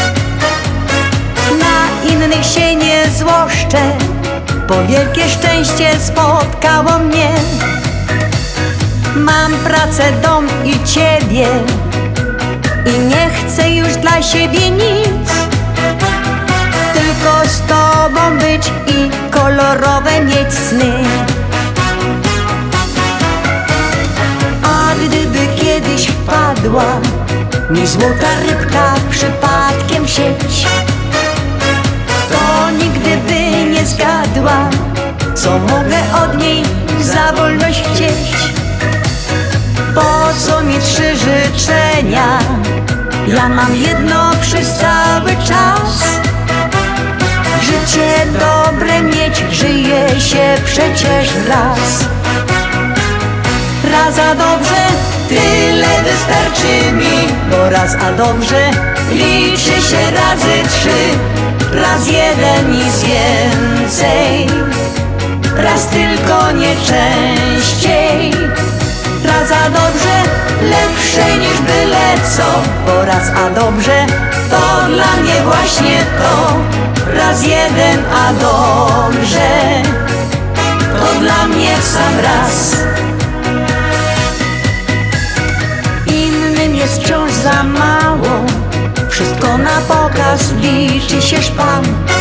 Na innych się nie złoszczę, bo wielkie szczęście spotkało mnie. Mam pracę, dom i ciebie i nie chcę już dla siebie nic. Tylko z tobą być i kolorowe mieć sny. A gdyby kiedyś wpadła mi złota rybka przypadkiem w sieć, to nigdy by nie zgadła, co mogę od niej za wolność chcieć. Po co mi 3 życzenia? Ja mam jedno przez cały czas. Życie dobre mieć, żyje się przecież raz. Raz a dobrze, tyle wystarczy mi, bo raz a dobrze liczy się razy 3. Raz jeden nic więcej, raz tylko nie częściej. Raz a dobrze, lepsze niż byle co, bo raz a dobrze to dla mnie właśnie to. Raz jeden a dobrze to dla mnie w sam raz. Innym jest wciąż za mało, wszystko na pokaz, liczy się szpan.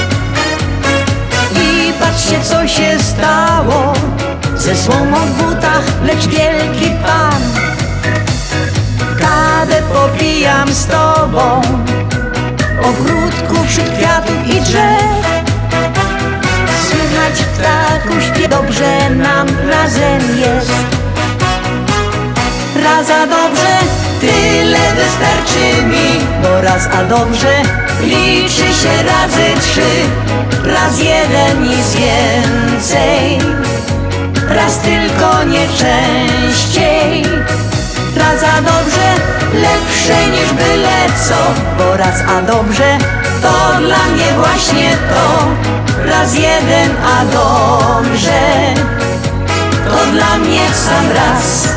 I patrzcie, co się stało, ze słomą w butach, lecz wielki pan. Kawę popijam z tobą, ogródku wśród kwiatów i drzew. Słychać ptaków śpiew, dobrze nam razem jest. Raz a dobrze, tyle wystarczy mi, bo raz a dobrze liczy się razy 3. Raz jeden nic więcej, raz tylko nie częściej. Raz a dobrze, lepsze niż byle co, bo raz a dobrze to dla mnie właśnie to. Raz jeden a dobrze to dla mnie w sam raz.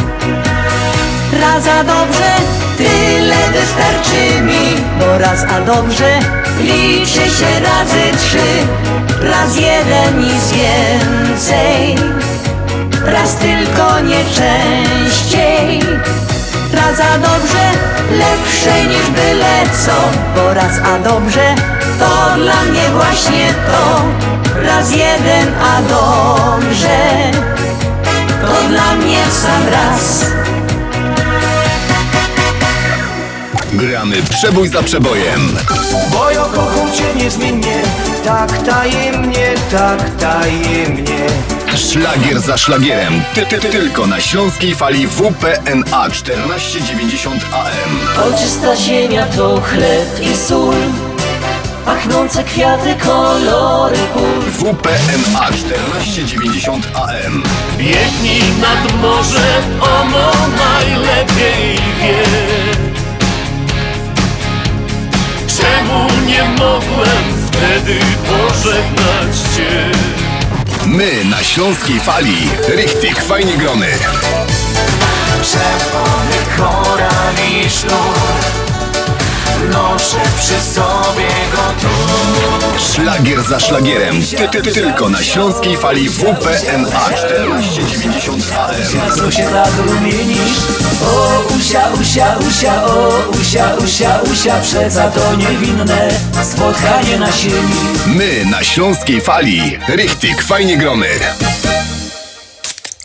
Raz a dobrze, tyle wystarczy mi, bo raz a dobrze liczy się razy 3. Raz jeden nic więcej, raz tylko nie częściej. Raz a dobrze, lepsze niż byle co, bo raz a dobrze to dla mnie właśnie to. Raz jeden a dobrze to dla mnie w sam raz. Gramy przebój za przebojem. Bo ja kocham cię niezmiennie, tak tajemnie, tak tajemnie. Szlagier za szlagierem, tylko na śląskiej fali WPNA 1490 AM. Ojczysta ziemia to chleb i sól, pachnące kwiaty, kolory pól. WPNA 1490 AM. Biegnij nad morze, ono najlepiej wie. Czemu nie mogłem wtedy pożegnać cię? My na śląskiej fali, richtig fajnie gromy. Czerwony koral i sznur, noszę przy sobie go tu. Szlagier za szlagierem, tylko na śląskiej fali WPNA 1490 AM. Co się tak rumienisz? O usia, usia, usia, o usia, usia, usia, przeca to niewinne spotkanie na sieni. My na śląskiej fali, richtig fajnie gromy.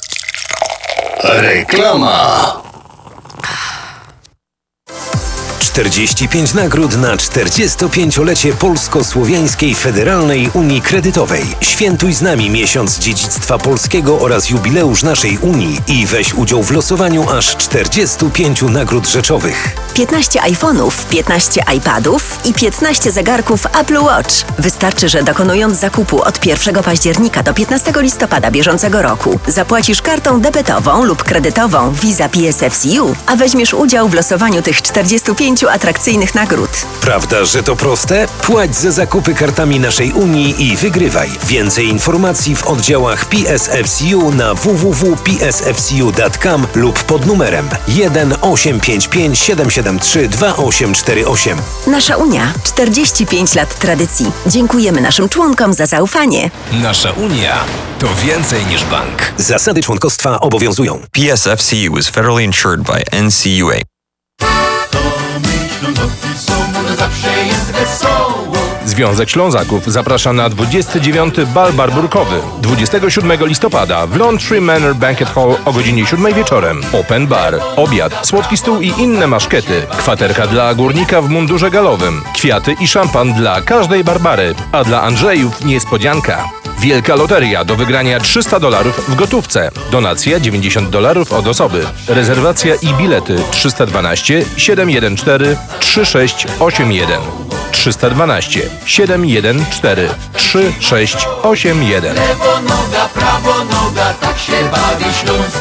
Reklama. 45 nagród na 45-lecie Polsko-Słowiańskiej Federalnej Unii Kredytowej. Świętuj z nami miesiąc dziedzictwa polskiego oraz jubileusz naszej Unii i weź udział w losowaniu aż 45 nagród rzeczowych. 15 iPhone'ów, 15 iPadów i 15 zegarków Apple Watch. Wystarczy, że dokonując zakupu od 1 października do 15 listopada bieżącego roku zapłacisz kartą debetową lub kredytową Visa PSFCU, a weźmiesz udział w losowaniu tych 45 atrakcyjnych nagród. Prawda, że to proste? Płać za zakupy kartami naszej Unii i wygrywaj. Więcej informacji w oddziałach PSFCU na www.psfcu.com lub pod numerem 1 855 773 2848. Nasza Unia. 45 lat tradycji. Dziękujemy naszym członkom za zaufanie. Nasza Unia to więcej niż bank. Zasady członkostwa obowiązują. PSFCU is federally insured by NCUA. Związek Ślązaków zaprasza na 29. bal barburkowy 27 listopada w Laundry Manor Banquet Hall o godzinie 7 wieczorem. Open bar, obiad, słodki stół i inne maszkety, kwaterka dla górnika w mundurze galowym, kwiaty i szampan dla każdej Barbary, a dla Andrzejów niespodzianka. Wielka loteria do wygrania $300 w gotówce. Donacja $90 od osoby. Rezerwacja i bilety 312 714 3681. 312 714 3681. Lewo noga, prawo noga, tak się bawi Śląsk.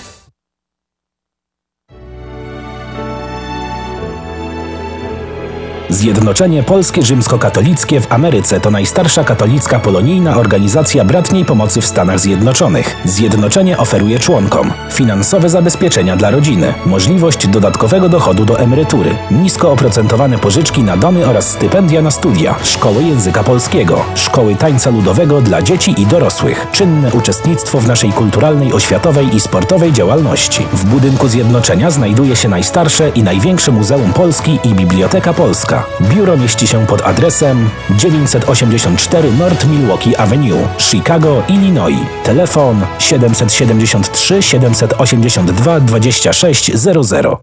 Zjednoczenie Polskie Rzymskokatolickie w Ameryce to najstarsza katolicka polonijna organizacja bratniej pomocy w Stanach Zjednoczonych. Zjednoczenie oferuje członkom finansowe zabezpieczenia dla rodziny, możliwość dodatkowego dochodu do emerytury, nisko oprocentowane pożyczki na domy oraz stypendia na studia, szkoły języka polskiego, szkoły tańca ludowego dla dzieci i dorosłych, czynne uczestnictwo w naszej kulturalnej, oświatowej i sportowej działalności. W budynku Zjednoczenia znajduje się najstarsze i największe Muzeum Polski i Biblioteka Polska. Biuro mieści się pod adresem 984 North Milwaukee Avenue, Chicago, Illinois. Telefon 773 782 2600.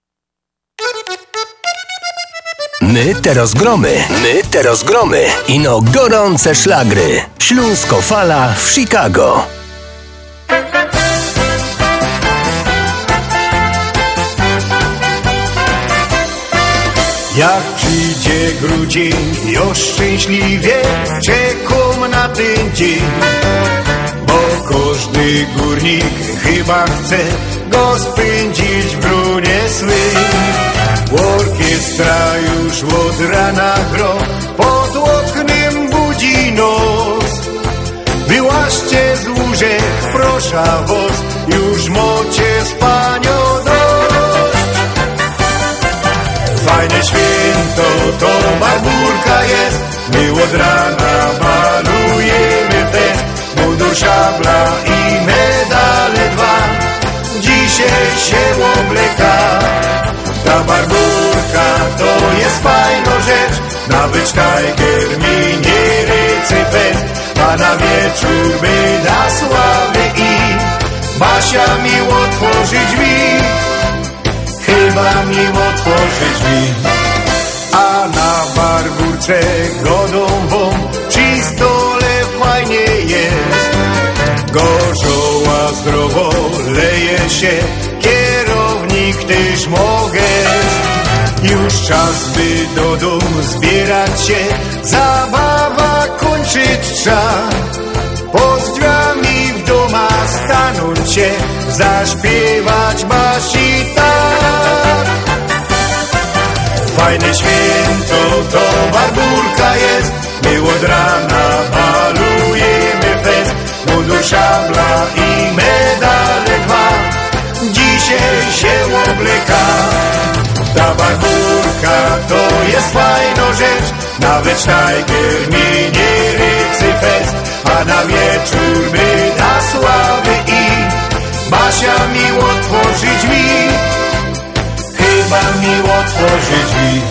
My te rozgromy. Ino gorące szlagry. Śląsko Fala w Chicago. Jak przyjdzie grudzień, już szczęśliwie czekam na ten dzień, bo każdy górnik chyba chce go spędzić w gronie swym. Orkiestra już od rana gro, pod oknem budzi nos. Wyłaźcie z łóżek, proszę was, już mocie spanio dość. Fajne święto to barburka jest, my od rana malujemy fest. Mundur, szabla i medale dwa, dzisiaj się obleka. Ta barburka to jest fajna rzecz, nawet Tiger mi nie rycy fest. A na wieczór by da sławy i Basia mi otworzy drzwi. Chyba mi otworzy drzwi. A na barburce godową czystole fajnie jest. Gorzoła zdrowo leje się, kierownik też mogę. Już czas by do domu zbierać się, zabawa kończyć trzeba. Pod drzwiami w doma stanąć się, zaśpiewać Basi tak. Fajne święto to barburka jest, my od rana malujemy fest. Mundur, szabla i medale dwa, dzisiaj się obleka. Ta barburka to jest fajna rzecz, nawet Tiger mi nie rycy fest. A na wieczór by da sławy i Basia mi otworzy drzwi. Chyba mi otworzy drzwi.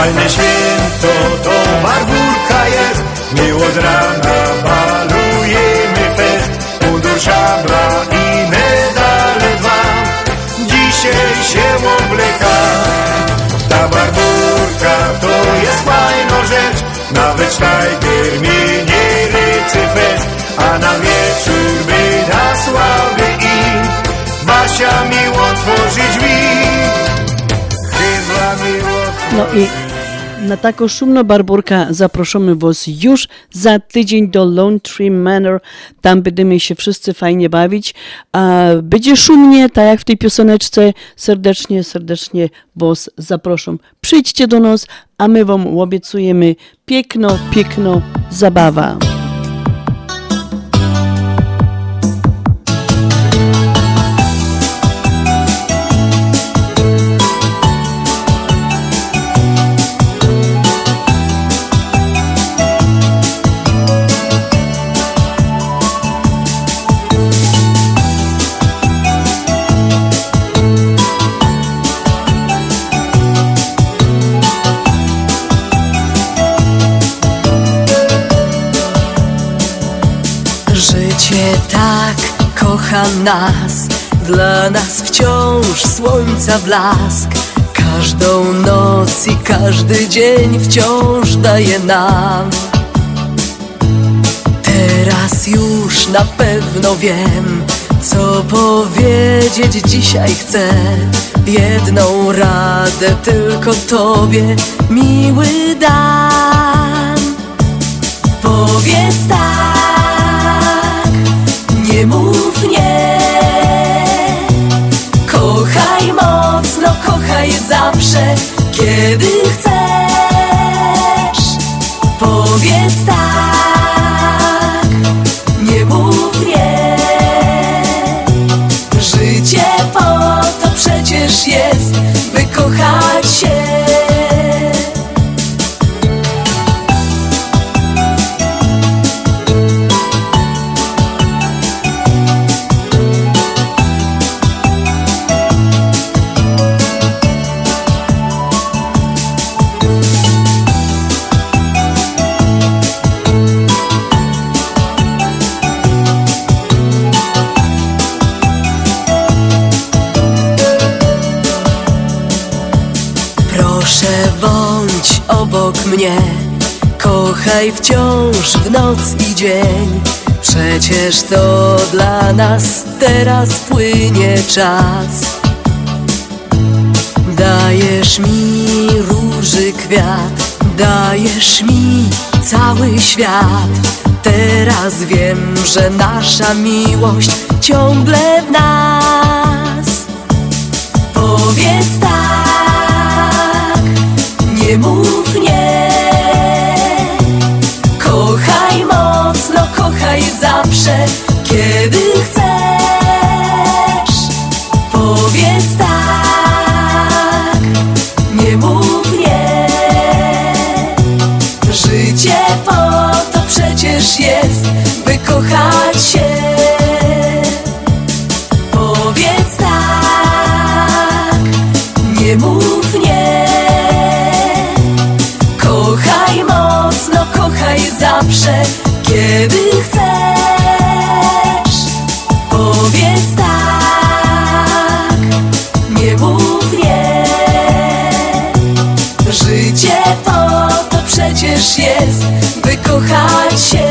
Fajne święto to Barbórka jest, my od rana balujemy fest. Mundur, szabla i medale dwa, dzisiaj się obleka. Ta Barbórka to jest fajna rzecz, nawet Sztajger mi nie rycy fest. A na wieczór by da sławy i Basia mi otworzy drzwi. Chyba mi otworzy. No i na taką szumną Barbórkę zapraszamy Was już za tydzień do Lone Tree Manor. Tam będziemy się wszyscy fajnie bawić. A będzie szumnie, tak jak w tej pioseneczce. Serdecznie Was zapraszam. Przyjdźcie do nas, a my Wam obiecujemy piękno zabawa. Tak kocha nas, dla nas wciąż słońca blask. Każdą noc i każdy dzień wciąż daje nam. Teraz już na pewno wiem, co powiedzieć dzisiaj chcę. Jedną radę tylko Tobie, miły, dam. Powiedz tak, nie mów nie. Kochaj mocno, kochaj zawsze, kiedy chcesz. Powiedz tak, nie mów nie. Życie po to przecież jest, by kochać się. Bądź obok mnie, kochaj wciąż w noc i dzień. Przecież to dla nas teraz płynie czas. Dajesz mi róży kwiat, dajesz mi cały świat. Teraz wiem, że nasza miłość ciągle w nas. Powiedz tak, nie mów nie. Kochaj mocno, kochaj zawsze, kiedy chcesz. Powiedz tak, nie mów nie. Życie po to przecież jest, by kochać się. Powiedz tak, nie mów nie. Kochaj mocno, kochaj zawsze, kiedy chcesz. Powiedz tak, nie mów nie. Życie po to przecież jest, by kochać się.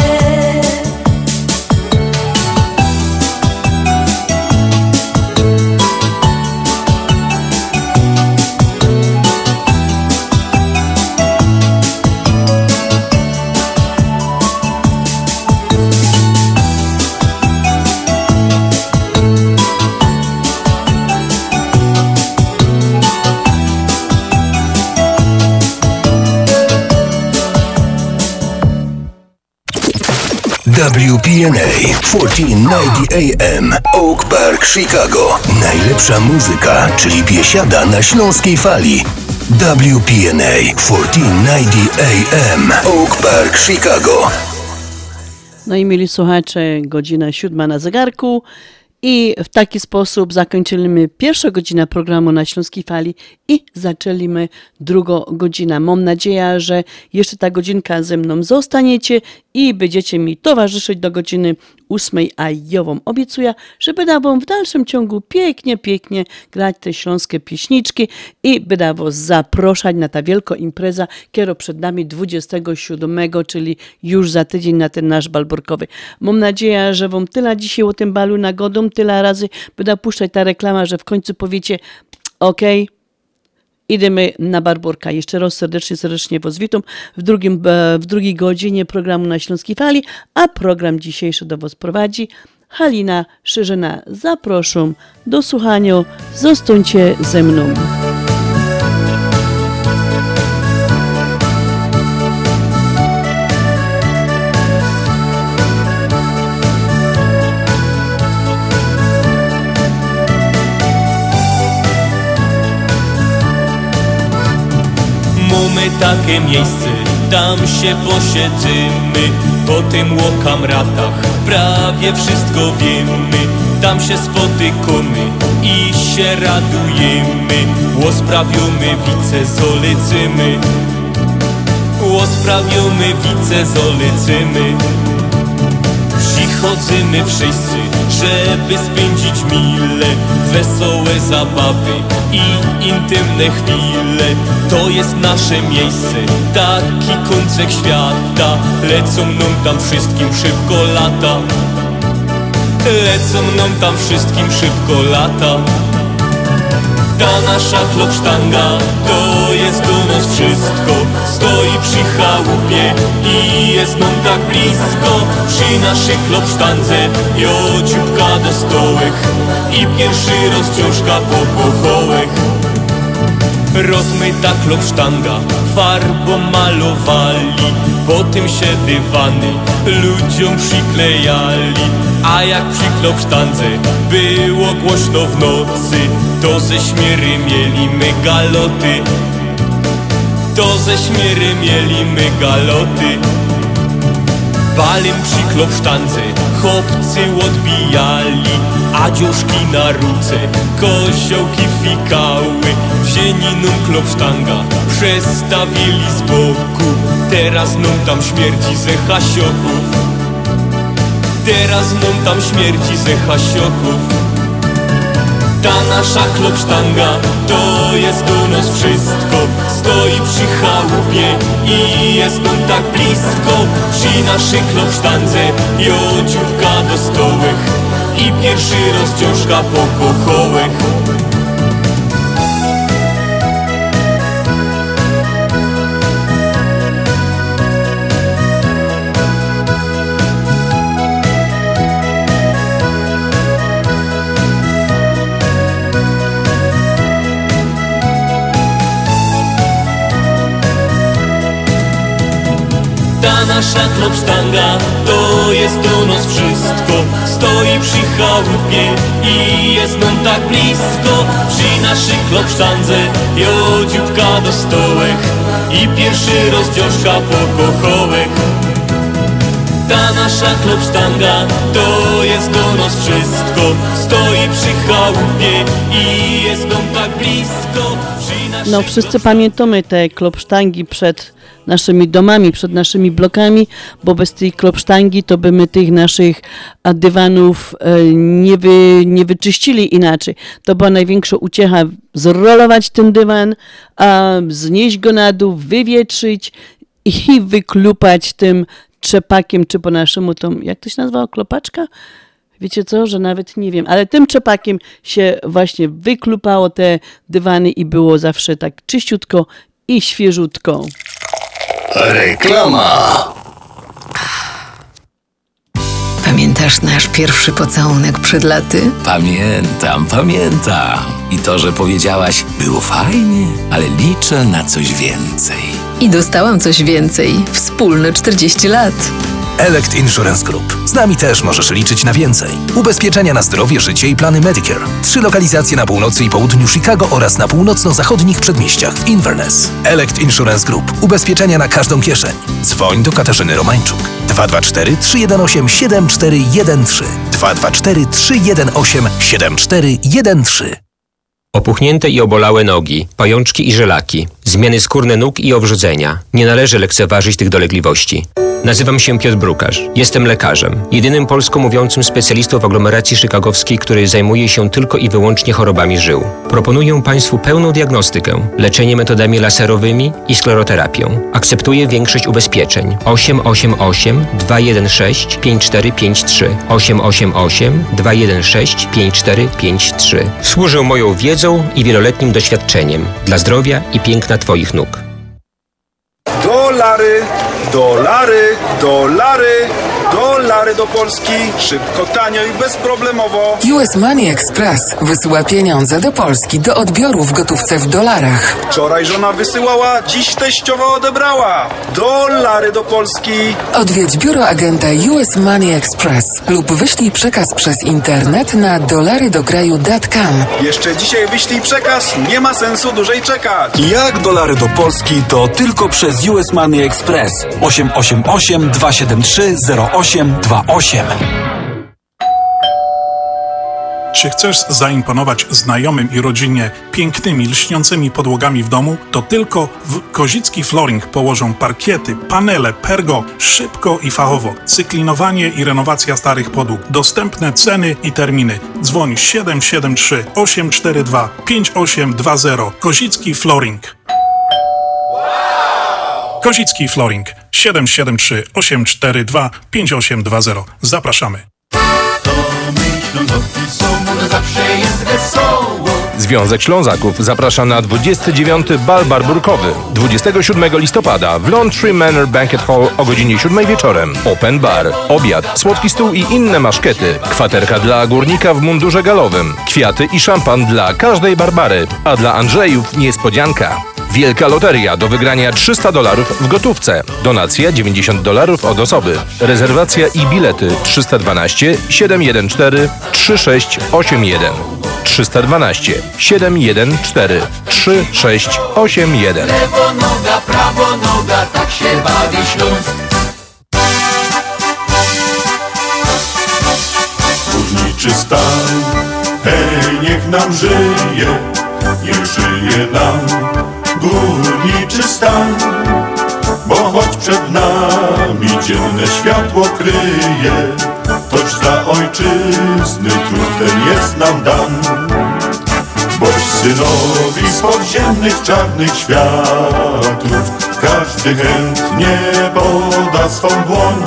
WPNA 1490 AM Oak Park, Chicago. Najlepsza muzyka, czyli biesiada na śląskiej fali. WPNA 1490 AM Oak Park, Chicago. No i mieli słuchacze, godzina 7 na zegarku I w taki sposób zakończyliśmy pierwszą godzinę programu na Śląskiej Fali i zaczęliśmy drugą godzinę. Mam nadzieję, że jeszcze ta godzinka ze mną zostaniecie i będziecie mi towarzyszyć do godziny 8, a ja wam obiecuję, że będę wam w dalszym ciągu pięknie grać te śląskie pieśniczki i będę was zapraszać na ta wielka impreza, która przed nami 27, czyli już za tydzień na ten nasz bal burkowy. Mam nadzieję, że wam tyle dzisiaj o tym balu nagodą, tyle razy będę puszczać ta reklama, że w końcu powiecie okej, idziemy na Barburka. Jeszcze raz serdecznie was witam w drugiej godzinie programu na Śląskiej Fali, a program dzisiejszy do was prowadzi Halina Szyżyna. Zapraszam do słuchania. Zostańcie ze mną. Mamy takie miejsce, tam się posiedzimy, po tym łokamratach prawie wszystko wiemy. Tam się spotykamy i się radujemy, łosprawiamy wice zolicymy, łosprawiamy wice zolicymy. Przychodzimy wszyscy, żeby spędzić mile, wesołe zabawy i intymne chwile. To jest nasze miejsce, taki kącek świata. Lecą nam tam wszystkim szybko lata, lecą nam tam wszystkim szybko lata. Ta nasza klopsztanga to jest do nas wszystko. Stoi przy chałupie i jest nam tak blisko. Przy naszej klopsztandze jodziubka do stołek i pierwszy rozciążka po pochołek. Rozmyta klopsztanga farbą malowali, potem się dywany ludziom przyklejali. A jak przy klopsztandze było głośno w nocy, to ze śmiery mieliśmy galoty, to ze śmiery mieliśmy galoty. Balem przy klopsztandze chłopcy odbijali, a dziuszki na ruce koziołki fikały. Wzięli nam klopsztanga, przestawili z boku, teraz nam tam śmierdzi ze hasioków, teraz nam tam śmierdzi ze hasioków. Ta nasza klopsztanga to jest do nas wszystko. Stoi przy chałupie i jest nam tak blisko. Przy naszej klopsztandze jodziubka do stołek i pierwszy rozciążka po kochołek. Ta nasza klopsztanga to jest do nas wszystko. Stoi przy chałupie i jest nam tak blisko. Przy naszej klopsztandze jodziubka do stołek i pierwszy rozdziążka po kochołek. Ta nasza klopsztanga to jest do nas wszystko. Stoi przy chałupie i jest nam tak blisko. No wszyscy pamiętamy te klopsztangi przed naszymi domami, przed naszymi blokami, bo bez tej klopsztangi to by my tych naszych dywanów nie wyczyścili inaczej. To była największa uciecha, zrolować ten dywan, znieść go na dół, wywietrzyć i wyklupać tym trzepakiem, czy po naszemu to, jak to się nazywało, klopaczka? Wiecie co, że nawet nie wiem, ale tym trzepakiem się właśnie wyklupało te dywany i było zawsze tak czyściutko i świeżutko. Reklama. Pamiętasz nasz pierwszy pocałunek przed laty? Pamiętam. I to, że powiedziałaś, było fajnie, ale liczę na coś więcej. I dostałam coś więcej. Wspólne 40 lat. Elect Insurance Group. Z nami też możesz liczyć na więcej. Ubezpieczenia na zdrowie, życie i plany Medicare. 3 lokalizacje na północy i południu Chicago oraz na północno-zachodnich przedmieściach w Inverness. Elect Insurance Group. Ubezpieczenia na każdą kieszeń. Dzwoń do Katarzyny Romańczuk. 224 318 7413. 224 318 7413. Opuchnięte i obolałe nogi, pajączki i żelaki, zmiany skórne nóg i owrzodzenia. Nie należy lekceważyć tych dolegliwości. Nazywam się Piotr Brukarz. Jestem lekarzem. Jedynym polsko mówiącym specjalistą w aglomeracji chicagowskiej, który zajmuje się tylko i wyłącznie chorobami żył. Proponuję Państwu pełną diagnostykę, leczenie metodami laserowymi i skleroterapią. Akceptuję większość ubezpieczeń. 888 216 5453 888 216 5453. Służę moją wiedzą i wieloletnim doświadczeniem dla zdrowia i piękna Twoich nóg. Dolary, dolary, dolary, dolary do Polski. Szybko, tanio i bezproblemowo. US Money Express wysyła pieniądze do Polski do odbioru w gotówce w dolarach. Wczoraj żona wysyłała, dziś teściowa odebrała. Dolary do Polski. Odwiedź biuro agenta US Money Express lub wyślij przekaz przez internet na dolarydokraju.com. Jeszcze dzisiaj wyślij przekaz, nie ma sensu dłużej czekać. Jak dolary do Polski, to tylko przez US Money Express. 888 273 0828. Czy chcesz zaimponować znajomym i rodzinie pięknymi, lśniącymi podłogami w domu? To tylko w Kozicki Flooring położą parkiety, panele, pergo, szybko i fachowo. Cyklinowanie i renowacja starych podłóg. Dostępne ceny i terminy. Dzwoń 773 842 5820. Kozicki Flooring. Kozicki Flooring 773 842 5820. Zapraszamy. Związek Ślązaków zaprasza na 29. bal barburkowy 27 listopada w Lawn Manor Banquet Hall o godzinie 7 wieczorem. Open bar, obiad, słodki stół i inne maszkety, kwaterka dla górnika w mundurze galowym, kwiaty i szampan dla każdej Barbary, a dla Andrzejów niespodzianka. Wielka loteria do wygrania $300 w gotówce. Donacja $90 od osoby. Rezerwacja i bilety 312 714 3681. 312 714 3681. Lewo noga, prawo noga, tak się bawi Śląsk. Górniczy stan, hej, niech nam żyje, niech żyje nam górniczy stan, bo choć przed nami dzienne światło kryje, toć dla ojczyzny trud ten jest nam dan. Boś synowi z podziemnych czarnych światów każdy chętnie poda swą dłoń.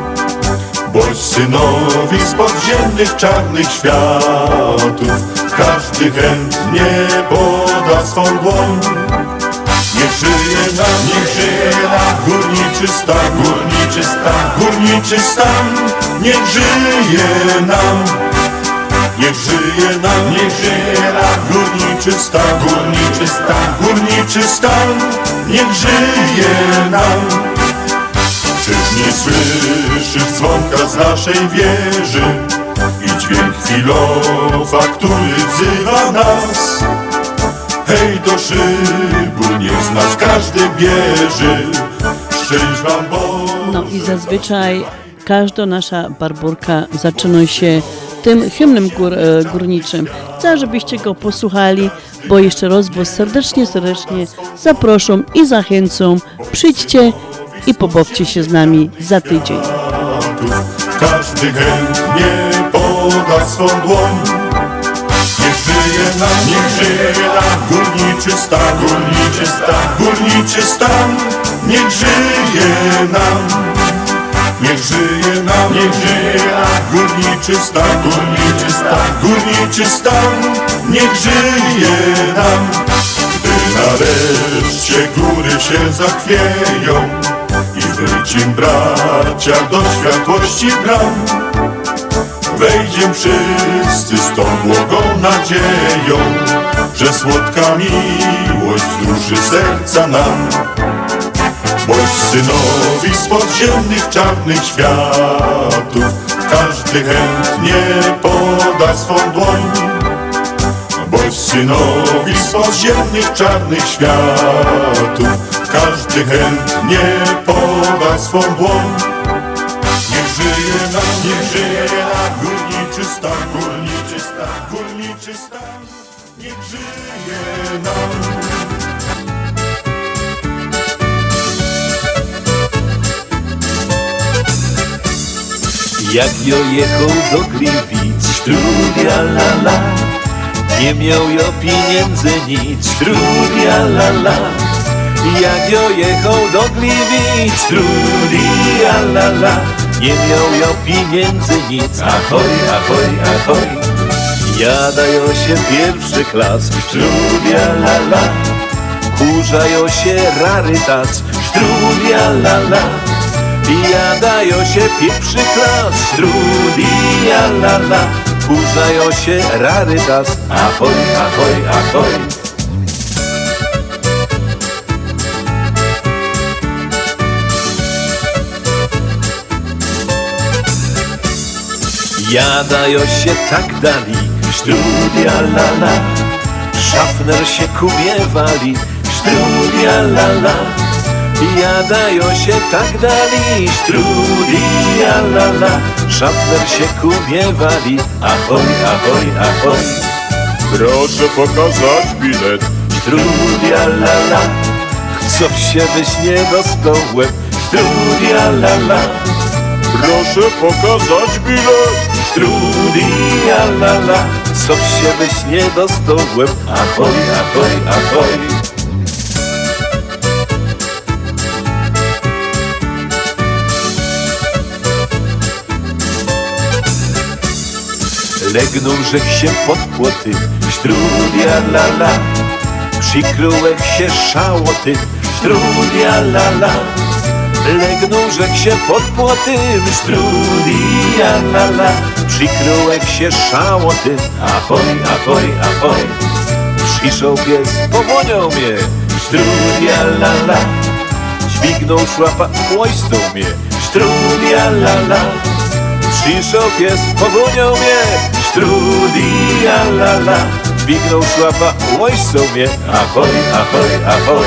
Boś synowi z podziemnych czarnych światów każdy chętnie poda swą dłoń. Niech żyje nam górniczy stan, górniczy stan, górniczy stan. Niech żyje nam, niech żyje nam, niech żyje nam górniczy stan, górniczy stan, górniczy stan. Niech żyje nam. Czyż nie słyszysz dzwonka z naszej wieży i dźwięk chwilowa, który wzywa nas? Hej, do szybu, niech z nas każdy bierze. Szczęść wam Boże. No i zazwyczaj każda nasza barburka zaczyna się tym hymnem górniczym. Chcę, żebyście go posłuchali, bo jeszcze raz was serdecznie zaproszą i zachęcam. Przyjdźcie i pobawcie się z nami za tydzień. Każdy chętnie poda swą dłoń. Niech żyje nam górniczy stan, górniczy stan, górniczy stan. Niech żyje nam, niech żyje nam, niech żyje nam górniczy stan, górniczy stan, górniczy stan. Niech żyje nam. Gdy nareszcie góry się zachwieją i wyjdziem bracia do światłości bram, wejdziem wszyscy z tą błogą nadzieją, że słodka miłość wzruszy serca nam. Boś synowi z podziemnych czarnych światów. Każdy chętnie poda swą dłoń, boś synowi z podziemnych czarnych światów. Każdy chętnie poda swą dłoń. Niech żyje nam górniczy stan, górniczy stan, górniczy stan. Niech żyje nam. Jak jo jechał do Gliwic, trudia la la, nie miał jo pieniędzy nic, trudia la la. Jak jo jechał do Gliwic, trudia la la, nie miał jo pieniędzy nic, ahoj, ahoj, ahoj. Jadają się pierwszy klas, trudia la la, kurzają się rarytas, trudia la la. Jadają się pierwszy klas, trudia la la, kurzają się rarytas, ahoj, ahoj, ahoj. Jadają się tak dali, trudia la la, szafner się kubie wali, trudia la la. Jadają się tak dali, trudia la la, szafner się kubie wali, ahoj, ahoj, ahoj. Proszę pokazać bilet, trudia la la, chcą się byś nie dostał łeb, trudia la la. Proszę pokazać bilet, trudia la la, chcą się byś nie dostał łeb, ahoj, ahoj, ahoj. Legną rzek się pod płoty, trudia la la, przykryłek się szałoty, trudia la la. Legną rzek się pod płoty, trudia la la, przykryłek się szałoty, ahoj, ahoj, ahoj. Przyszedł pies, powoniał mnie, trudia la la, dźwignął szłapa, łojstą mnie, trudia la la. Przyszedł pies, powoniał mnie, trudia la la, dźwignął szlapa, łojstą mnie, ahoj, ahoj, ahoj.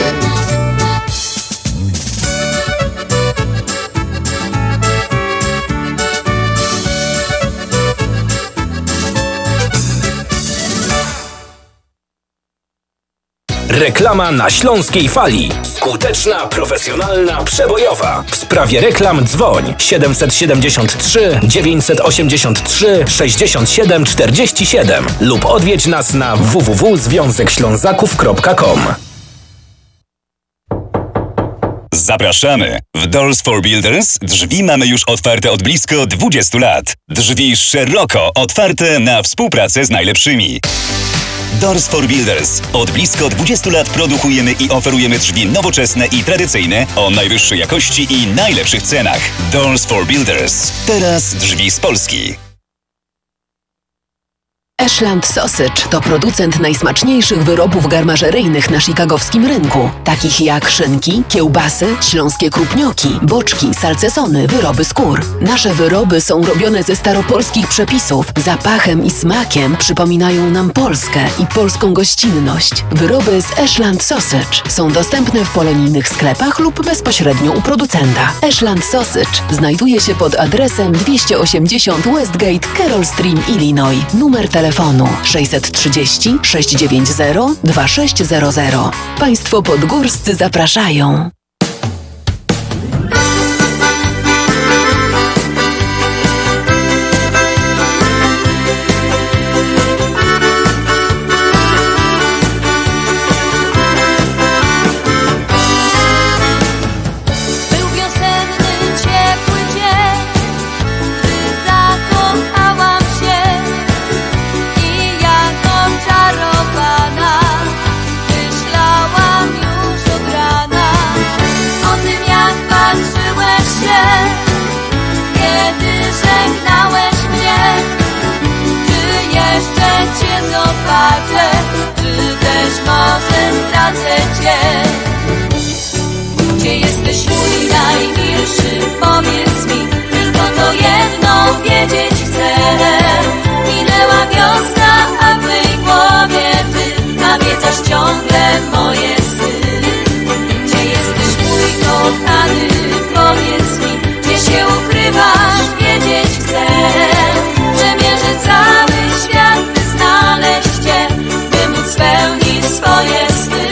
Reklama na Śląskiej Fali. Skuteczna, profesjonalna, przebojowa. W sprawie reklam dzwoń 773 983 67 47 lub odwiedź nas na www.związekślązaków.com. Zapraszamy! W Doors for Builders drzwi mamy już otwarte od blisko 20 lat. Drzwi szeroko otwarte na współpracę z najlepszymi. Doors for Builders. Od blisko 20 lat produkujemy i oferujemy drzwi nowoczesne i tradycyjne o najwyższej jakości i najlepszych cenach. Doors for Builders. Teraz drzwi z Polski. Ashland Sausage to producent najsmaczniejszych wyrobów garmażeryjnych na chicagowskim rynku, takich jak szynki, kiełbasy, śląskie krupnioki, boczki, salcesony, wyroby skór. Nasze wyroby są robione ze staropolskich przepisów. Zapachem i smakiem przypominają nam Polskę i polską gościnność. Wyroby z Ashland Sausage są dostępne w polonijnych sklepach lub bezpośrednio u producenta. Ashland Sausage znajduje się pod adresem 280 Westgate, Carroll Stream, Illinois. Numer telefonu 630 690 2600. Państwo podgórscy zapraszają. Może stracę cię. Gdzie jesteś? jesteś mój najmilszy, powiedz mi, tylko to jedno wiedzieć chcę. Minęła wiosna, a w mej głowie ty nawiedzasz ciągle moje sny. Gdzie jesteś mój kochany, powiedz mi, gdzie się ukrywasz, wiedzieć chcę. Przemierzę cały świat, by znaleźć cię, by móc spełnić swoje sny.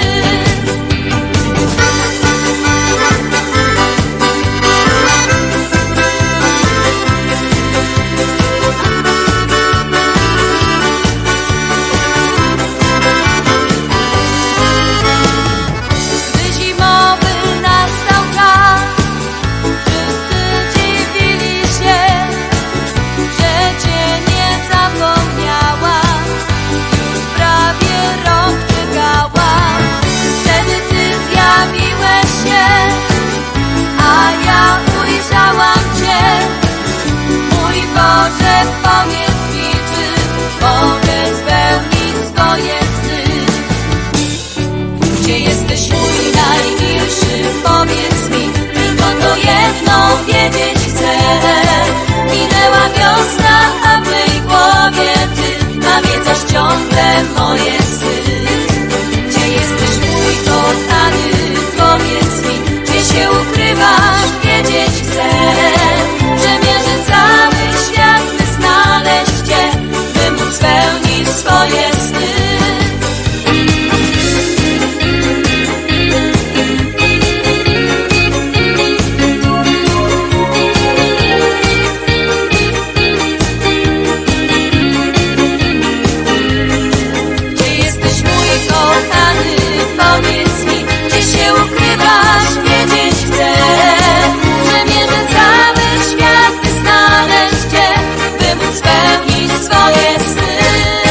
Wiedzieć chcę. Minęła wiosna, a w mej głowie ty nawiedzasz ciągle moje sny. Gdzie jesteś mój kochany, powiedz mi, gdzie się ukrywasz, wiedzieć chcę. Przemierzę cały świat, by znaleźć cię, by móc spełnić swoje sny. Powiedz mi, gdzie się ukrywasz, wiedzieć chcę. Przemierzę cały świat, by znaleźć cię, by móc spełnić swoje sny.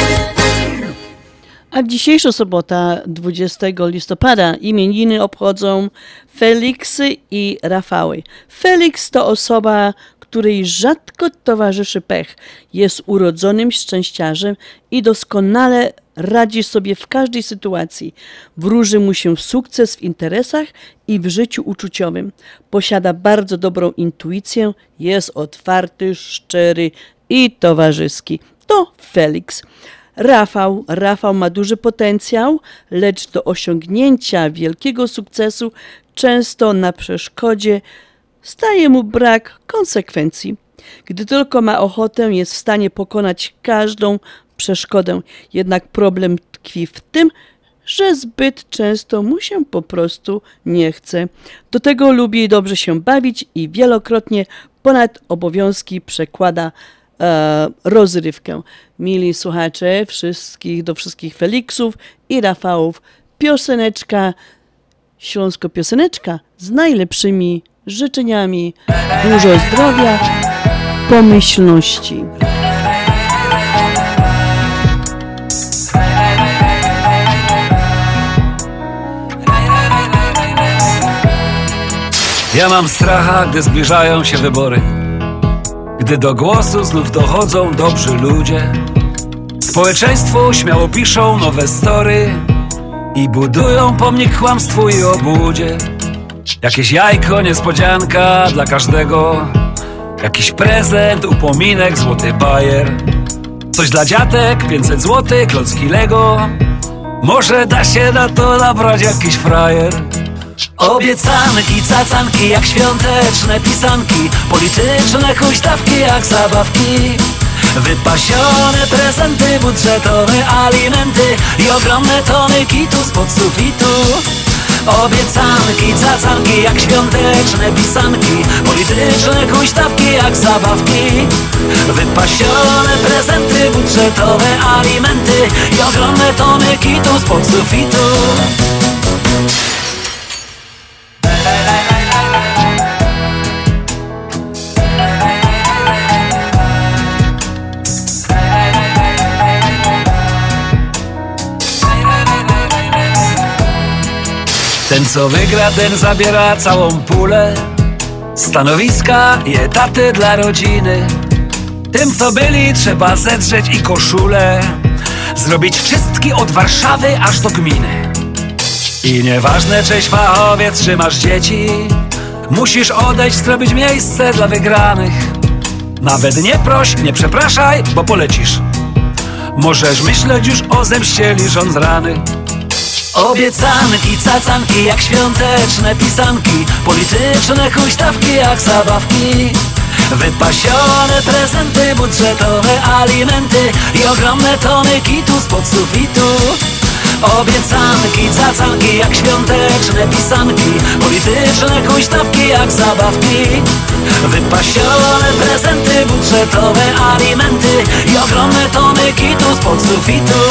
A w dzisiejszą sobotę, 20 listopada, imieniny obchodzą Feliksy i Rafały. Feliks to osoba, której rzadko towarzyszy pech. Jest urodzonym szczęściarzem i doskonale radzi sobie w każdej sytuacji. Wróży mu się sukces w interesach i w życiu uczuciowym. Posiada bardzo dobrą intuicję, jest otwarty, szczery i towarzyski. To Feliks. Rafał ma duży potencjał, lecz do osiągnięcia wielkiego sukcesu często na przeszkodzie staje mu brak konsekwencji. Gdy tylko ma ochotę, jest w stanie pokonać każdą przeszkodę. Jednak problem tkwi w tym, że zbyt często mu się po prostu nie chce. Do tego lubi dobrze się bawić i wielokrotnie ponad obowiązki przekłada rozrywkę. Mili słuchacze, do wszystkich Feliksów i Rafałów pioseneczka, śląsko pioseneczka z najlepszymi życzeniami, dużo zdrowia, pomyślności. Ja mam stracha, gdy zbliżają się wybory, gdy do głosu znów dochodzą dobrzy ludzie. Społeczeństwu śmiało piszą nowe story i budują pomnik kłamstwu i obłudzie. Jakieś jajko, niespodzianka dla każdego, jakiś prezent, upominek, złoty bajer, coś dla dziatek, 500 złotych, klocki Lego. Może da się na to nabrać jakiś frajer. Obiecanki, cacanki jak świąteczne pisanki, polityczne huśtawki jak zabawki, wypasione prezenty, budżetowe alimenty i ogromne tony kitu spod sufitu. Obiecanki, cacanki jak świąteczne pisanki, polityczne huśtawki jak zabawki, wypasione prezenty, budżetowe alimenty i ogromne tony kitu spod sufitu. Ten co wygra, ten zabiera całą pulę, stanowiska i etaty dla rodziny. Tym co byli trzeba zedrzeć i koszulę, zrobić czystki od Warszawy aż do gminy. I nieważne czyś fachowiec, czy masz dzieci, Musisz odejść, zrobić miejsce dla wygranych. Nawet nie proś, nie przepraszaj, bo polecisz. Możesz myśleć już o zemście, liżąc rany. Obiecanki, cacanki jak świąteczne pisanki, polityczne huśtawki jak zabawki, wypasione prezenty, budżetowe alimenty i ogromne tony kitu spod sufitu. Obiecanki, cacanki jak świąteczne pisanki, polityczne huśtawki jak zabawki, wypasione prezenty, budżetowe alimenty i ogromne tony kitu spod sufitu.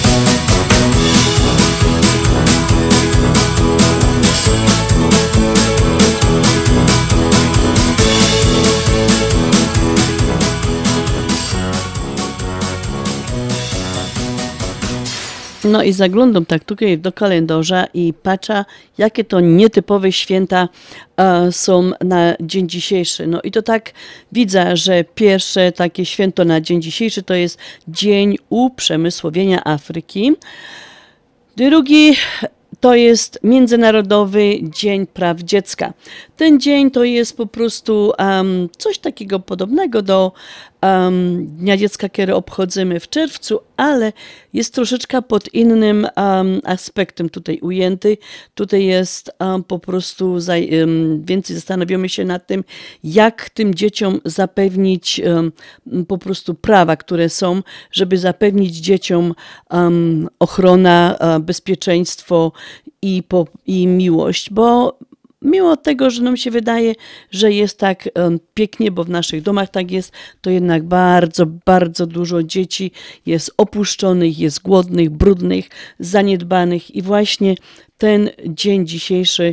No i zaglądam tak tutaj do kalendarza i patrzę, jakie to nietypowe święta są na dzień dzisiejszy. No i to tak widzę, że pierwsze takie święto na dzień dzisiejszy to jest Dzień Uprzemysłowienia Afryki. Drugi to jest Międzynarodowy Dzień Praw Dziecka. Ten dzień to jest po prostu coś takiego podobnego do Dnia Dziecka, który obchodzimy w czerwcu, ale jest troszeczkę pod innym aspektem tutaj ujęty. Tutaj jest po prostu więcej zastanowimy się nad tym, jak tym dzieciom zapewnić po prostu prawa, które są, żeby zapewnić dzieciom ochronę, bezpieczeństwo i miłość, bo mimo tego, że nam się wydaje, że jest tak pięknie, bo w naszych domach tak jest, to jednak bardzo, bardzo dużo dzieci jest opuszczonych, jest głodnych, brudnych, zaniedbanych i właśnie ten dzień dzisiejszy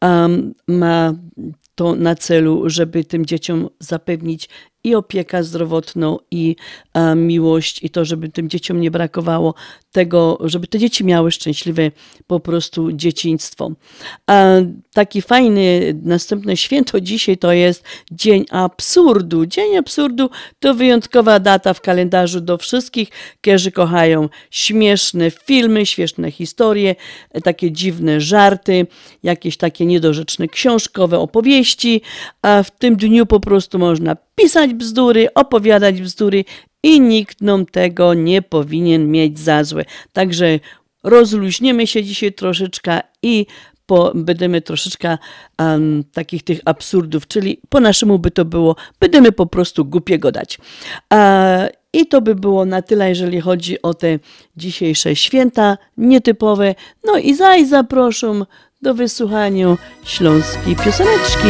ma to na celu, żeby tym dzieciom zapewnić i opiekę zdrowotną, i miłość, i to, żeby tym dzieciom nie brakowało tego, żeby te dzieci miały szczęśliwe po prostu dzieciństwo. Taki fajny następne święto dzisiaj to jest Dzień Absurdu. Dzień Absurdu to wyjątkowa data w kalendarzu do wszystkich, którzy kochają śmieszne filmy, śmieszne historie, takie dziwne żarty, jakieś takie niedorzeczne książkowe opowieści, a w tym dniu po prostu można pisać bzdury, opowiadać bzdury i nikt nam tego nie powinien mieć za złe. Także rozluźnimy się dzisiaj troszeczkę i będziemy troszeczkę takich tych absurdów, czyli po naszemu by to było, będziemy po prostu głupie gadać. I to by było na tyle, jeżeli chodzi o te dzisiejsze święta nietypowe. No i zapraszam do wysłuchania śląskiej pioseneczki.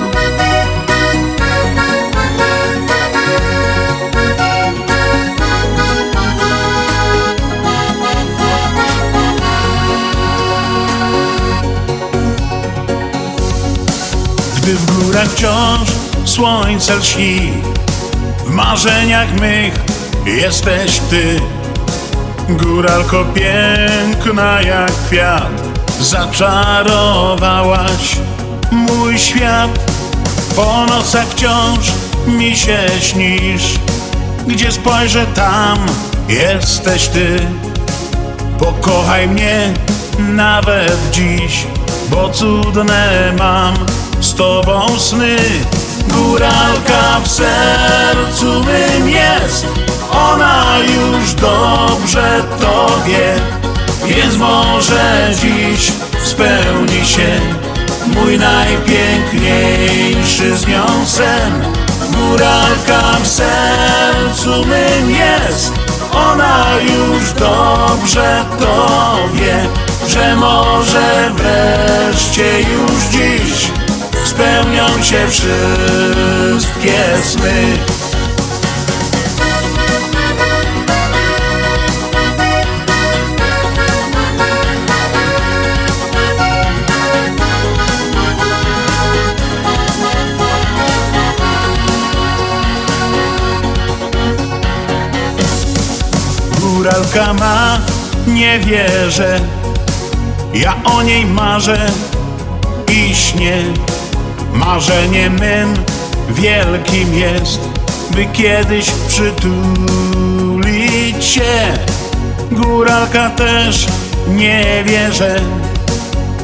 Gdy w górach wciąż słońce lśni, w marzeniach mych jesteś ty. Góralko piękna jak kwiat, zaczarowałaś mój świat. Po nocach wciąż mi się śnisz, gdzie spojrzę tam jesteś ty. Pokochaj mnie nawet dziś, bo cudne mam z tobą sny. Góralka w sercu mym jest, ona już dobrze to wie, więc może dziś spełni się mój najpiękniejszy z nią sen. Góralka w sercu mym jest, ona już dobrze to wie, że może wreszcie już dziś spełnią się wszystkie sny. Góralka ma, nie wierzę, ja o niej marzę i śnię. Marzeniem mym wielkim jest, by kiedyś przytulić się. Góralka też nie wierzę,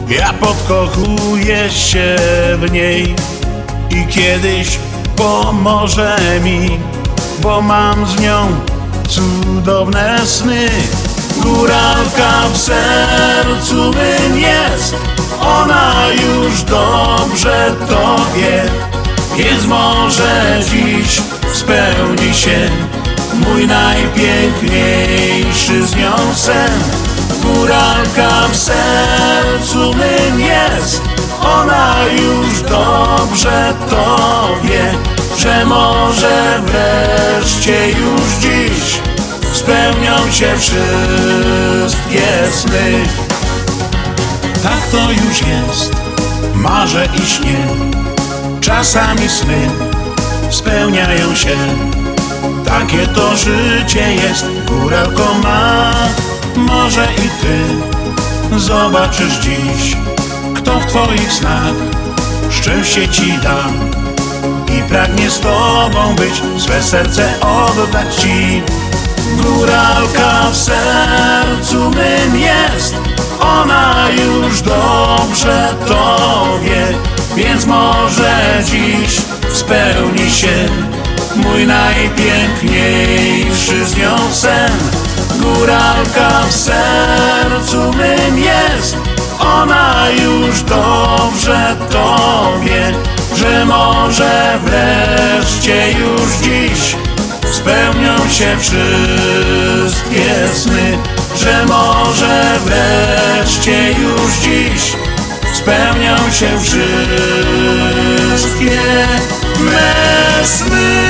Ja podkochuję się w niej i kiedyś pomoże mi, bo mam z nią cudowne sny. Góralka w sercu mym jest, ona już dobrze to wie, więc może dziś spełni się mój najpiękniejszy z nią sen. Góralka w sercu mym jest, ona już dobrze to wie, że może wreszcie już dziś spełnią się wszystkie sny. Tak to już jest, marzę i śnię, czasami sny spełniają się. Takie to życie jest, góralko ma. Może i ty zobaczysz dziś, kto w twoich snach szczęście ci da i pragnie z tobą być, swe serce oddać ci. Góralka w sercu mym jest, ona już dobrze to wie, więc może dziś spełni się mój najpiękniejszy z nią sen. Góralka w sercu mym jest, ona już dobrze to wie, że może wreszcie już dziś spełnią się wszystkie sny, że może wreszcie już dziś spełnią się wszystkie me sny.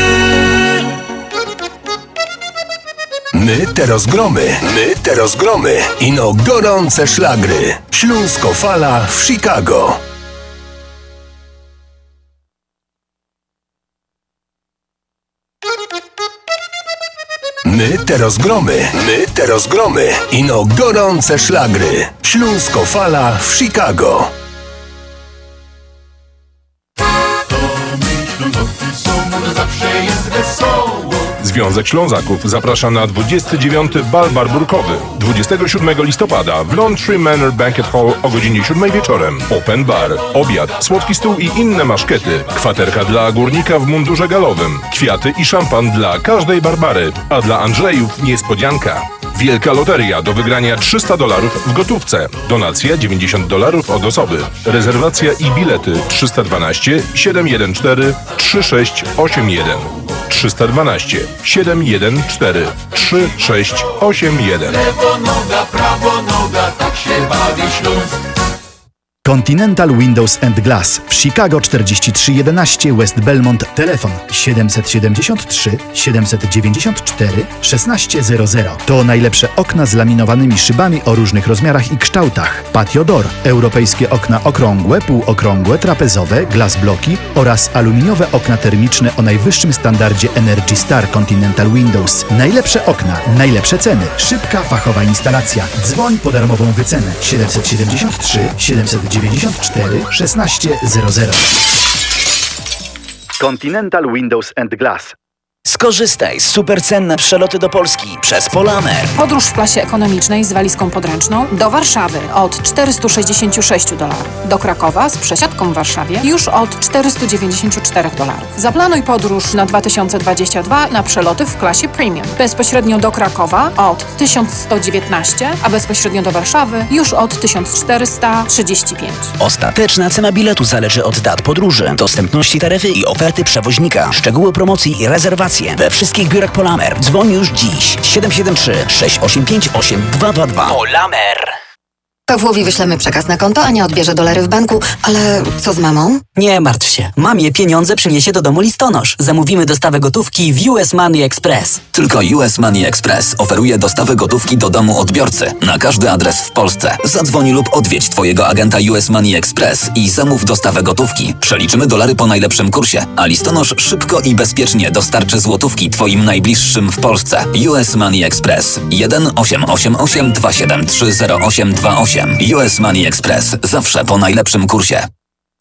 My te rozgromy, ino gorące szlagry. Śląsko Fala w Chicago. My te rozgromy, ino gorące szlagry. Śląsko Fala w Chicago. Związek Ślązaków zaprasza na 29. bal barburkowy 27 listopada w Lawn Manor Banquet Hall o godzinie 7 wieczorem. Open bar, obiad, słodki stół i inne maszkety, kwaterka dla górnika w mundurze galowym, kwiaty i szampan dla każdej Barbary, a dla Andrzejów niespodzianka. Wielka loteria do wygrania $300 w gotówce. Donacja $90 od osoby. Rezerwacja i bilety 312 714 3681. 312 714 3681. Lewo noga, prawo noga, tak się bawi Śląsk. Continental Windows and Glass w Chicago 4311 West Belmont. Telefon 773 794 1600. To najlepsze okna z laminowanymi szybami o różnych rozmiarach i kształtach. Patio Door, europejskie okna okrągłe, półokrągłe, trapezowe, glass bloki oraz aluminiowe okna termiczne o najwyższym standardzie Energy Star Continental Windows. Najlepsze okna, najlepsze ceny. Szybka, fachowa instalacja. Dzwoń po darmową wycenę 773 794 1600. Continental Windows and Glass. Skorzystaj z supercen na przeloty do Polski przez Polamer. Podróż w klasie ekonomicznej z walizką podręczną do Warszawy od $466, do Krakowa z przesiadką w Warszawie już od $494. Zaplanuj podróż na 2022 na przeloty w klasie premium. Bezpośrednio do Krakowa od 1119, a bezpośrednio do Warszawy już od 1435. Ostateczna cena biletu zależy od dat podróży, dostępności taryfy i oferty przewoźnika. Szczegóły promocji i rezerwacje we wszystkich biurach Polamer. Dzwoń już dziś 773 685 8222. Polamer. Pawłowi wyślemy przekaz na konto, a nie odbierze dolary w banku. Ale co z mamą? Nie martw się. Mamie pieniądze przyniesie do domu listonosz. Zamówimy dostawę gotówki w US Money Express. Tylko US Money Express oferuje dostawę gotówki do domu odbiorcy na każdy adres w Polsce. Zadzwoń lub odwiedź twojego agenta US Money Express i zamów dostawę gotówki. Przeliczymy dolary po najlepszym kursie, a listonosz szybko i bezpiecznie dostarczy złotówki twoim najbliższym w Polsce. US Money Express 1-888 273 0828. US Money Express. Zawsze po najlepszym kursie.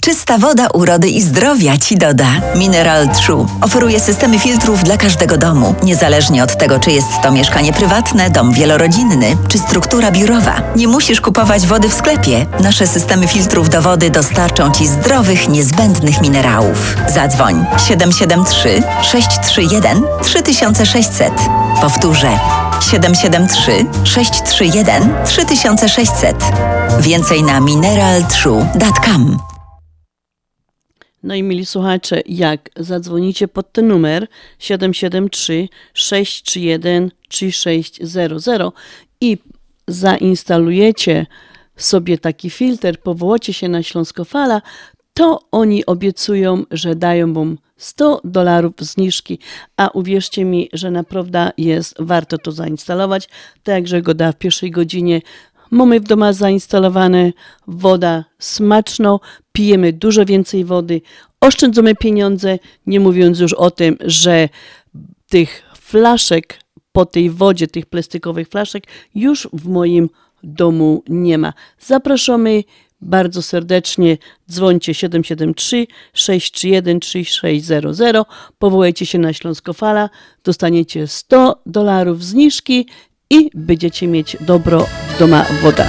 Czysta woda urody i zdrowia Ci doda. Mineral True oferuje systemy filtrów dla każdego domu, niezależnie od tego, czy jest to mieszkanie prywatne, dom wielorodzinny, czy struktura biurowa. Nie musisz kupować wody w sklepie. Nasze systemy filtrów do wody dostarczą Ci zdrowych, niezbędnych minerałów. Zadzwoń 773 631 3600. Powtórzę 773 631 3600. Więcej na mineraltrue.com. No i mili słuchacze, jak zadzwonicie pod ten numer 773 631 3600 i zainstalujecie sobie taki filtr, powołacie się na Śląskofala, to oni obiecują, że dają wam $100 zniżki, a uwierzcie mi, że naprawdę jest warto to zainstalować. Tak jak Żegoda w pierwszej godzinie mamy w domu zainstalowane, woda smaczną, pijemy dużo więcej wody, oszczędzamy pieniądze, nie mówiąc już o tym, że tych flaszek po tej wodzie, tych plastikowych flaszek już w moim domu nie ma. Zapraszamy bardzo serdecznie, dzwońcie 773 631 3600, powołajcie się na Śląskofala, dostaniecie $100 zniżki i będziecie mieć dobro doma woda.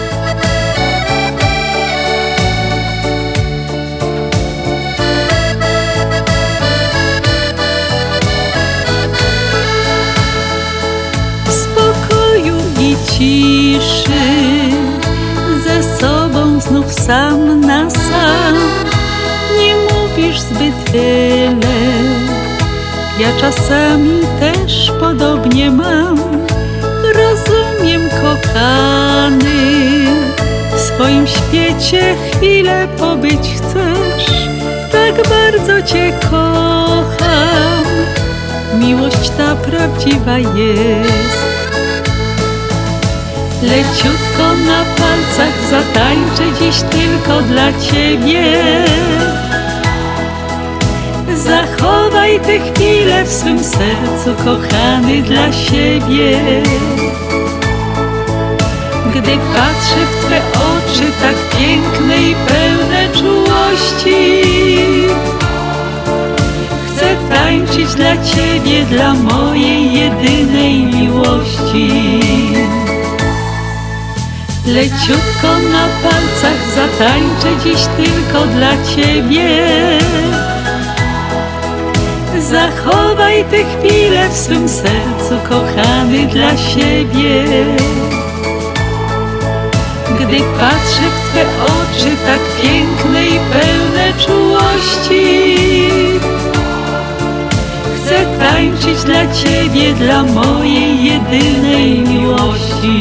W spokoju i ciszy ze sobą znów sam na sam. Nie mówisz zbyt wiele, ja czasami też podobnie mam. Rozumiem, kochany, w swoim świecie chwilę pobyć chcesz. Tak bardzo Cię kocham, miłość ta prawdziwa jest. Leciutko na palcach zatańczę dziś tylko dla Ciebie. Zachowaj te chwile w swym sercu, kochany, dla siebie. Gdy patrzę w Twe oczy tak piękne i pełne czułości, chcę tańczyć dla Ciebie, dla mojej jedynej miłości. Leciutko na palcach zatańczę dziś tylko dla Ciebie. Zachowaj te chwile w swym sercu, kochany, dla siebie. Gdy patrzę w Twe oczy tak piękne i pełne czułości, chcę tańczyć dla Ciebie, dla mojej jedynej miłości.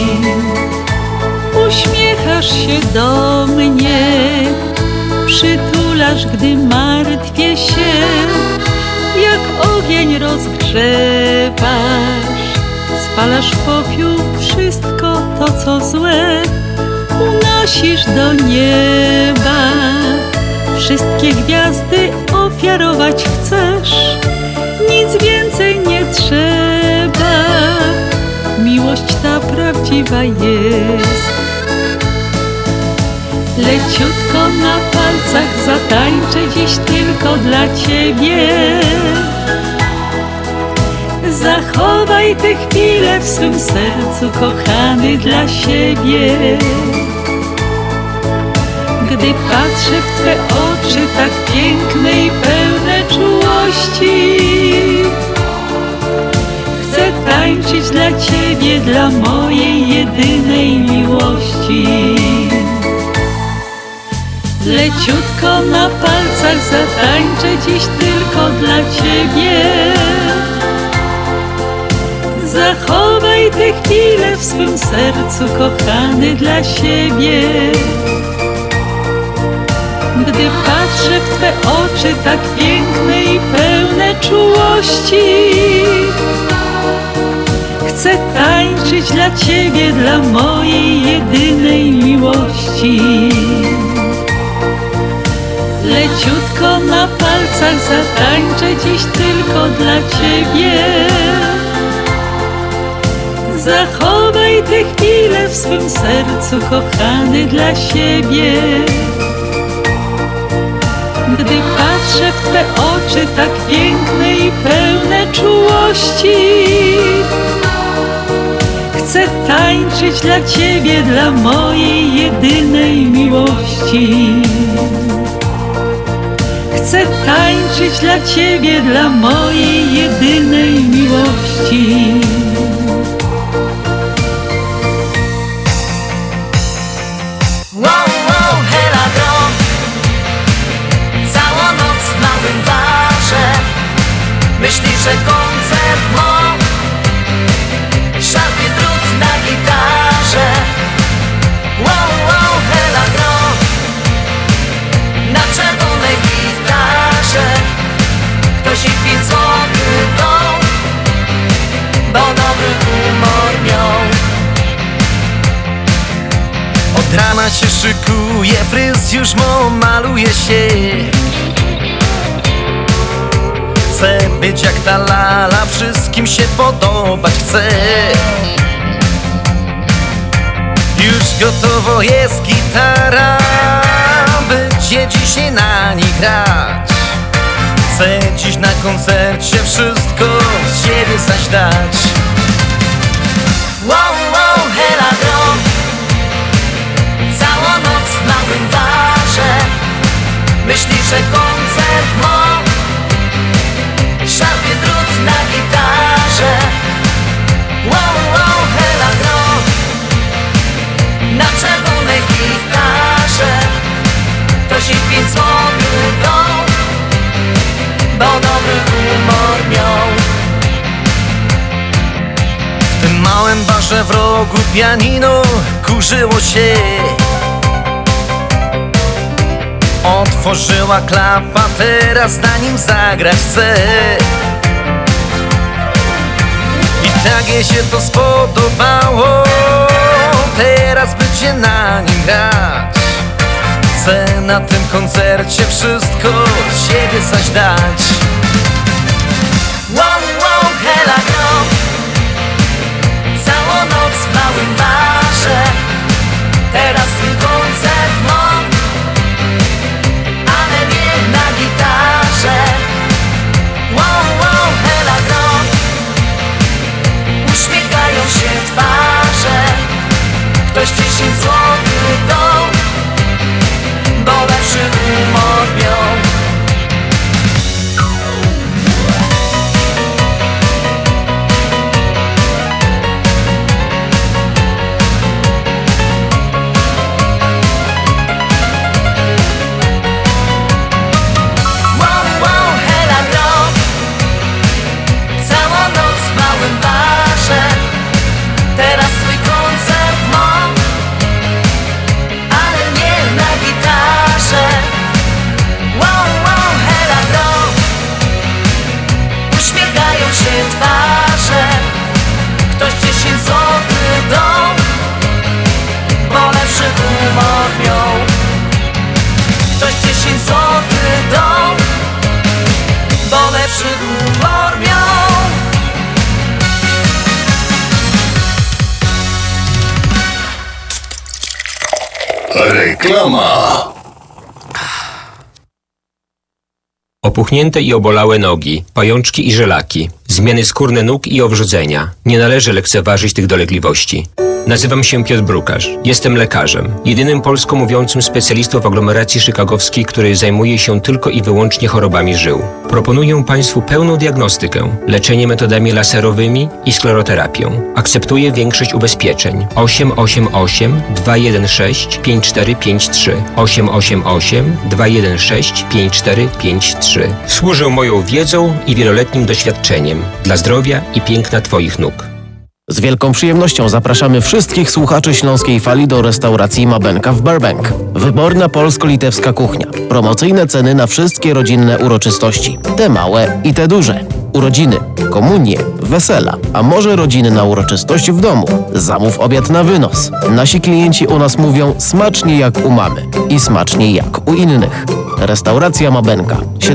Uśmiechasz się do mnie, przytulasz, gdy martwię się. Jak ogień rozgrzewasz, spalasz popiół, wszystko to co złe unosisz do nieba. Wszystkie gwiazdy ofiarować chcesz, nic więcej nie trzeba. Miłość ta prawdziwa jest. Leciutko na palcach zatańczę dziś tylko dla Ciebie. Zachowaj te chwile w swym sercu, kochany, dla siebie. Gdy patrzę w Twe oczy tak piękne i pełne czułości, chcę tańczyć dla Ciebie, dla mojej jedynej miłości. Leciutko na palcach zatańczę dziś tylko dla Ciebie. Zachowaj te chwile w swym sercu, kochany, dla siebie. Gdy patrzę w Twe oczy tak piękne i pełne czułości, chcę tańczyć dla Ciebie, dla mojej jedynej miłości. Leciutko na palcach zatańczę dziś tylko dla Ciebie. Zachowaj te chwile w swym sercu, kochany, dla siebie. gdy patrzę w Twe oczy tak piękne i pełne czułości. Chcę tańczyć dla Ciebie, dla mojej jedynej miłości. Chcę tańczyć dla Ciebie, dla mojej jedynej miłości. Wow, wow, hela grom, całą noc w małym barze. Myślisz, że koncert mo, szarpie drut na gitarze. Wow, wow, hela grom, na czerwonej gitarze. Ktoś ich 5 złotych dał, bo dobry humor miał. Od rana się szykuje, fryz już maluje się. Chcę być jak ta lala, wszystkim się podobać chcę. Już gotowo jest gitara, będzie dzisiaj na niej grać. Chcę dziś na koncercie wszystko z siebie zaś dać. Wow, wow, hela grom, całą noc w małym barze. Myślisz, że koncert mo, szarpie drut na gitarze. Wow, wow, hela grom, na czerwonej gitarze. Ktoś ich 5 złotych dał, bo dobry humor miał. W tym małym barze w rogu pianino kurzyło się. Otworzyła klapa, teraz na nim zagrać chcę. I tak jej się to spodobało, teraz będzie na nim grać. Chcę na tym koncercie wszystko z siebie zaś dać. Wow, wow, hela grom, całą noc w małym barze. Teraz swój koncert mam, ale nie na gitarze. Wow, wow, hela grom, uśmiechają się twarze. Ktoś 10 złotych dał, bo lepszy humor miał. Wow, wow, hela grom, całą noc w małym barze. Teraz swój koncert mam, ale nie na gitarze. Wow, wow, hela grom, uśmiechają się twarze. Ktoś 10 złotych dał, bo lepszy humor miał. Ktoś 10 złotych dał, bo lepszy humor miał. Reklama. Opuchnięte i obolałe nogi, pajączki i żelaki, zmiany skórne nóg i owrzodzenia. Nie należy lekceważyć tych dolegliwości. Nazywam się Piotr Brukarz. Jestem lekarzem. Jedynym polsko mówiącym specjalistą w aglomeracji chicagowskiej, który zajmuje się tylko i wyłącznie chorobami żył. Proponuję Państwu pełną diagnostykę, leczenie metodami laserowymi i skleroterapią. Akceptuję większość ubezpieczeń. 888 216 5453 888 216 5453. Służę moją wiedzą i wieloletnim doświadczeniem dla zdrowia i piękna Twoich nóg. Z wielką przyjemnością zapraszamy wszystkich słuchaczy Śląskiej Fali do restauracji Mabenka w Burbank. Wyborna polsko-litewska kuchnia. Promocyjne ceny na wszystkie rodzinne uroczystości. Te małe i te duże. Urodziny, komunie, wesela, a może rodzinna uroczystość w domu. Zamów obiad na wynos. Nasi klienci u nas mówią smacznie jak u mamy i smacznie jak u innych. Restauracja Mabenka,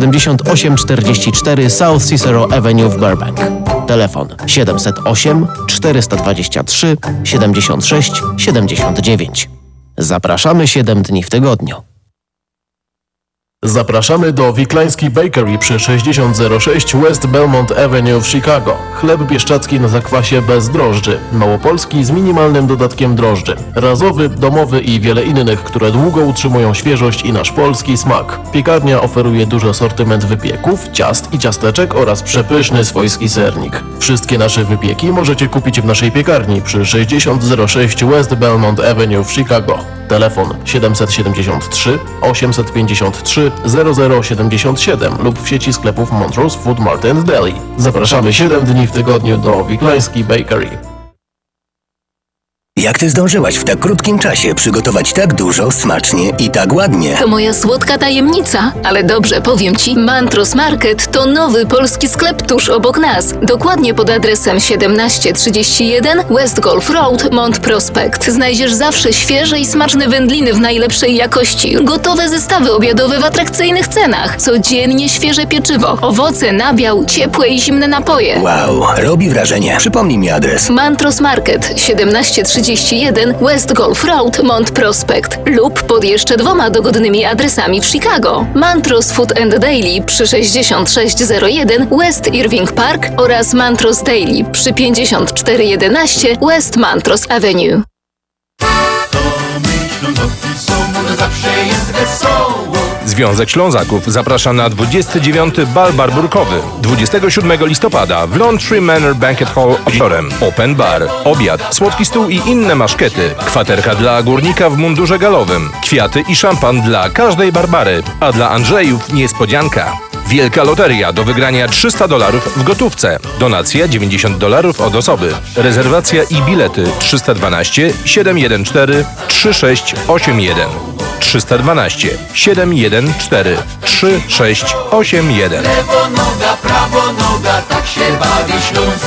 7844 South Cicero Avenue w Burbank. Telefon 708 423 76 79. Zapraszamy 7 dni w tygodniu. Zapraszamy do Wiklański Bakery przy 6006 West Belmont Avenue w Chicago. Chleb bieszczacki na zakwasie bez drożdży. Małopolski z minimalnym dodatkiem drożdży. Razowy, domowy i wiele innych, które długo utrzymują świeżość i nasz polski smak. Piekarnia oferuje duży asortyment wypieków, ciast i ciasteczek oraz przepyszny swojski sernik. Wszystkie nasze wypieki możecie kupić w naszej piekarni przy 6006 West Belmont Avenue w Chicago. Telefon 773 853 0077 lub w sieci sklepów Montrose Food Mart and Deli. Zapraszamy 7 dni w tygodniu do Wiklański Bakery. Jak ty zdążyłaś w tak krótkim czasie przygotować tak dużo, smacznie i tak ładnie? To moja słodka tajemnica, ale dobrze, powiem ci, Mantros Market to nowy polski sklep tuż obok nas. Dokładnie pod adresem 1731 West Golf Road, Mont Prospect. Znajdziesz zawsze świeże i smaczne wędliny w najlepszej jakości, gotowe zestawy obiadowe w atrakcyjnych cenach, codziennie świeże pieczywo, owoce, nabiał, ciepłe i zimne napoje. Wow, robi wrażenie. Przypomnij mi adres. Mantros Market 1731 West Golf Road, Mont Prospect lub pod jeszcze 2 dogodnymi adresami w Chicago. Mantros Food and Daily przy 6601 West Irving Park oraz Mantros Daily przy 5411 West Mantros Avenue. Zawsze jest wesoło. Związek Ślązaków zaprasza na 29. Bal Barburkowy 27 listopada w Lawn Manor Banquet Hall wieczorem. Open bar, obiad, słodki stół i inne maszkety, kwaterka dla górnika w mundurze galowym, kwiaty i szampan dla każdej Barbary, a dla Andrzejów niespodzianka. Wielka loteria do wygrania $300 w gotówce. Donacja $90 od osoby. Rezerwacja i bilety 312 714 3681. 312 714 3681. Lewo noga, prawo noga, tak się bawi Śląsk.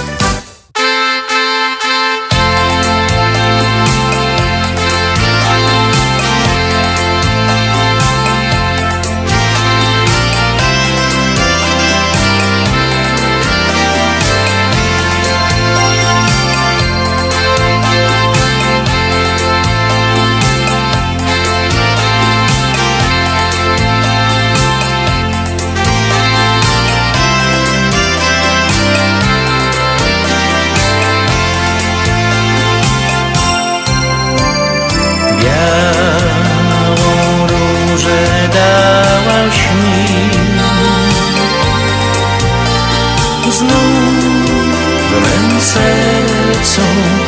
Sercu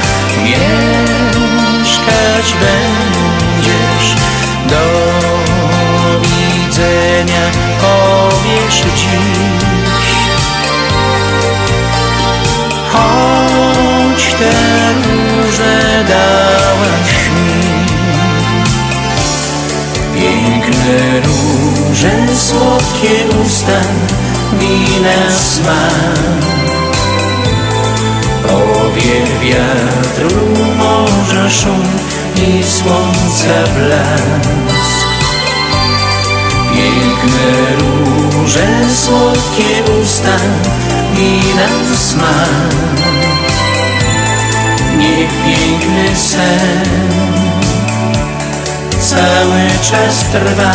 mieszkać będziesz, do widzenia powiesz dziś. Choć te róże dałaś mi, piękne róże, słodkie usta, wina smak. Powiew wiatru, morza szum i słońca blask. Piękne róże, słodkie usta, wina smak. Niech piękny sen cały czas trwa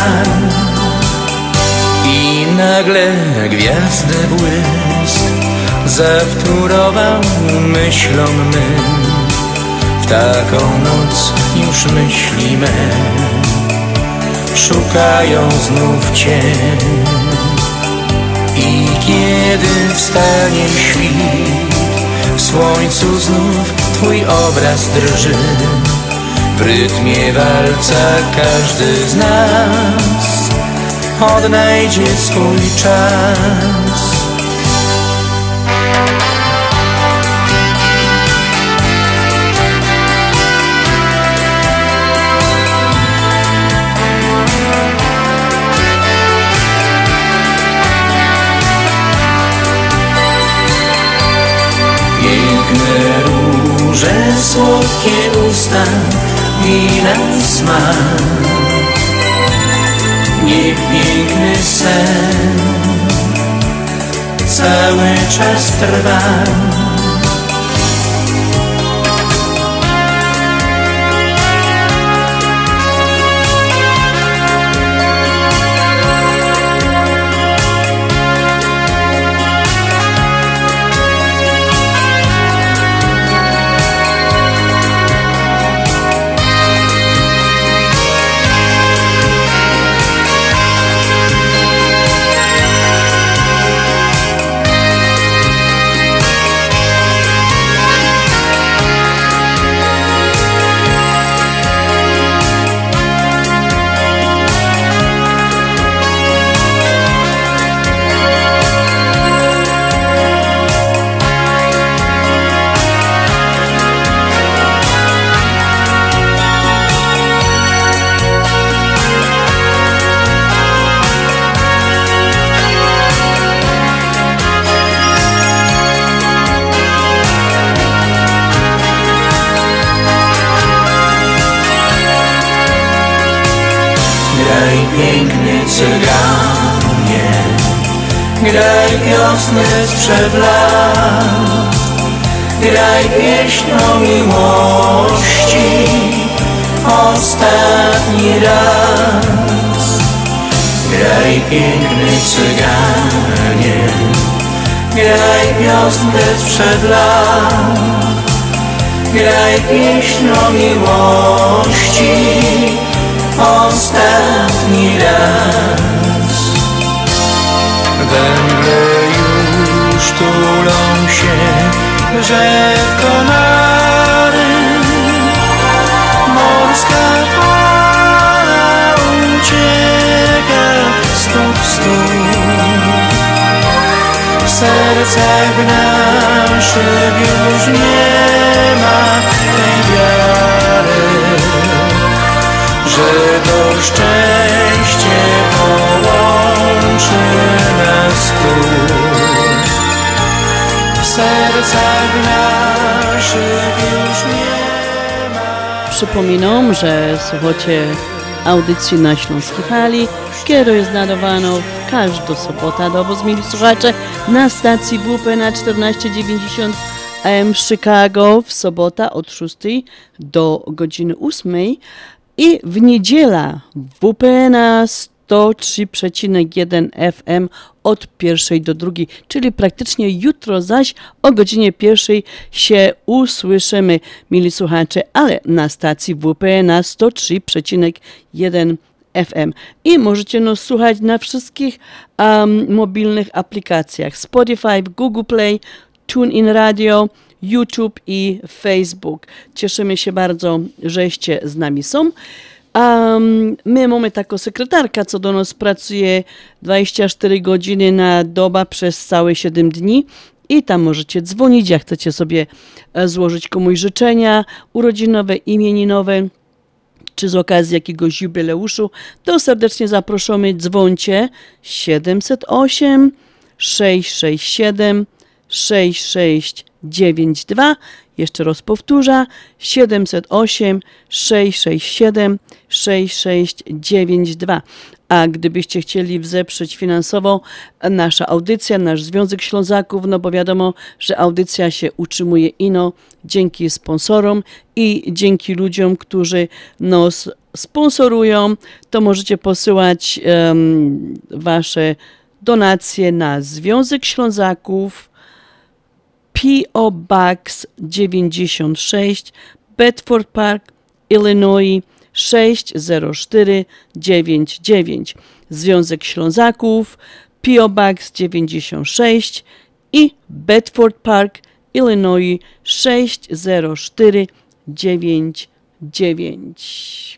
i nagle gwiazdy błysk zawtórował myślom mym. W taką noc już myśli me szukają znów Cię. I kiedy wstanie świt, w słońcu znów Twój obraz drży. W rytmie walca każdy z nas odnajdzie swój czas. Piękne róże, słodkie usta, wina smak. Niech piękny sen cały czas trwa. Graj pięknie cyganie, graj wiosnę sprzed lat, graj pieśń o miłości ostatni raz. Graj piękny cyganie, graj wiosnę sprzed lat, graj pieśń o miłości ostatni raz. Węgle już tulą się drzew konary, morska fala ucieka stóp w stóp. W sercach naszych już nie ma tej wiary, że to szczęście połączy nas tu. W sercach naszych już nie ma. Przypominam, że słuchacie audycji na Śląskiej Fali, która jest nadawana w każdą sobotę do was, mili słuchacze, na stacji WP na 1490 AM w Chicago w sobotę od 6 do godziny 8 i w niedzielę WP na 103,1 FM od 1 do 2, czyli praktycznie jutro zaś o godzinie 1 się usłyszymy, mili słuchacze, ale na stacji WP na 103,1 FM. I możecie nas słuchać na wszystkich mobilnych aplikacjach Spotify, Google Play, TuneIn Radio, YouTube i Facebook. Cieszymy się bardzo, żeście z nami są. My mamy taką sekretarkę, co do nas pracuje 24 godziny na dobę przez całe 7 dni i tam możecie dzwonić, jak chcecie sobie złożyć komuś życzenia urodzinowe, imieninowe, czy z okazji jakiegoś jubileuszu, to serdecznie zapraszamy, dzwońcie 708 667 6692. Jeszcze raz powtórzę, 708 667 6692. A gdybyście chcieli wesprzeć finansowo nasza audycja, nasz Związek Ślązaków, no bo wiadomo, że audycja się utrzymuje ino dzięki sponsorom i dzięki ludziom, którzy nas sponsorują, to możecie posyłać wasze donacje na Związek Ślązaków, P.O. Box 96, Bedford Park, Illinois 60499. Związek Ślązaków, P.O. Box 96 i Bedford Park, Illinois 60499.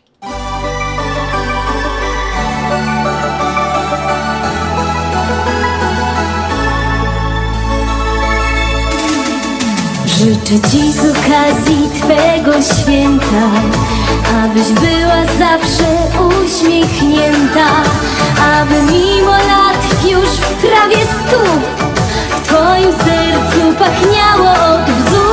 Życzę Ci z okazji Twego święta, abyś była zawsze uśmiechnięta, aby mimo lat już prawie 100 w Twoim sercu pachniało od bzu.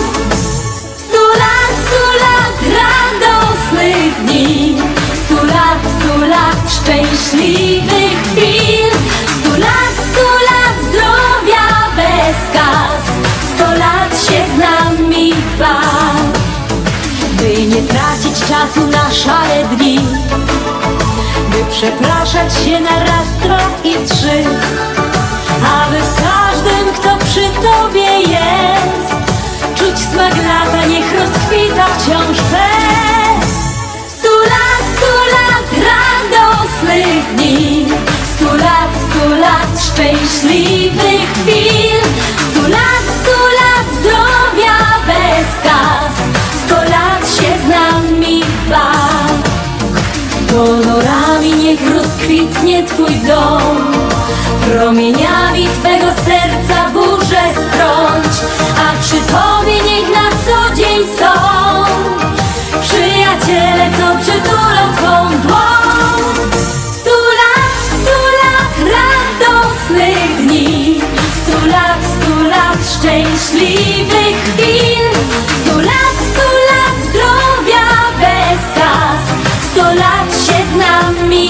100 lat radosnych dni, 100 lat szczęśliwych chwil, 100 lat zdrowia bez kas, 100 lat się z nami baw, by nie tracić czasu na szare dni, by przepraszać się na raz, dwa i trzy, aby w każdym, kto przy Tobie jest, czuć smak lata, niech rozkwita wciąż fest. 100 lat radosnych dni, 100 lat szczęśliwych chwil, 100 lat zdrowia bez kas, 100 lat się z nami baw. Kolorami niech rozkwitnie Twój dom, promieniami Twego serca burzę strąć, a przy Tobie niech na co dzień są przyjaciele, co przytulą Twą dłoń. 100 lat radosnych dni, 100 lat szczęśliwych chwil, 100 lat zdrowia bez kas, 100 lat się z nami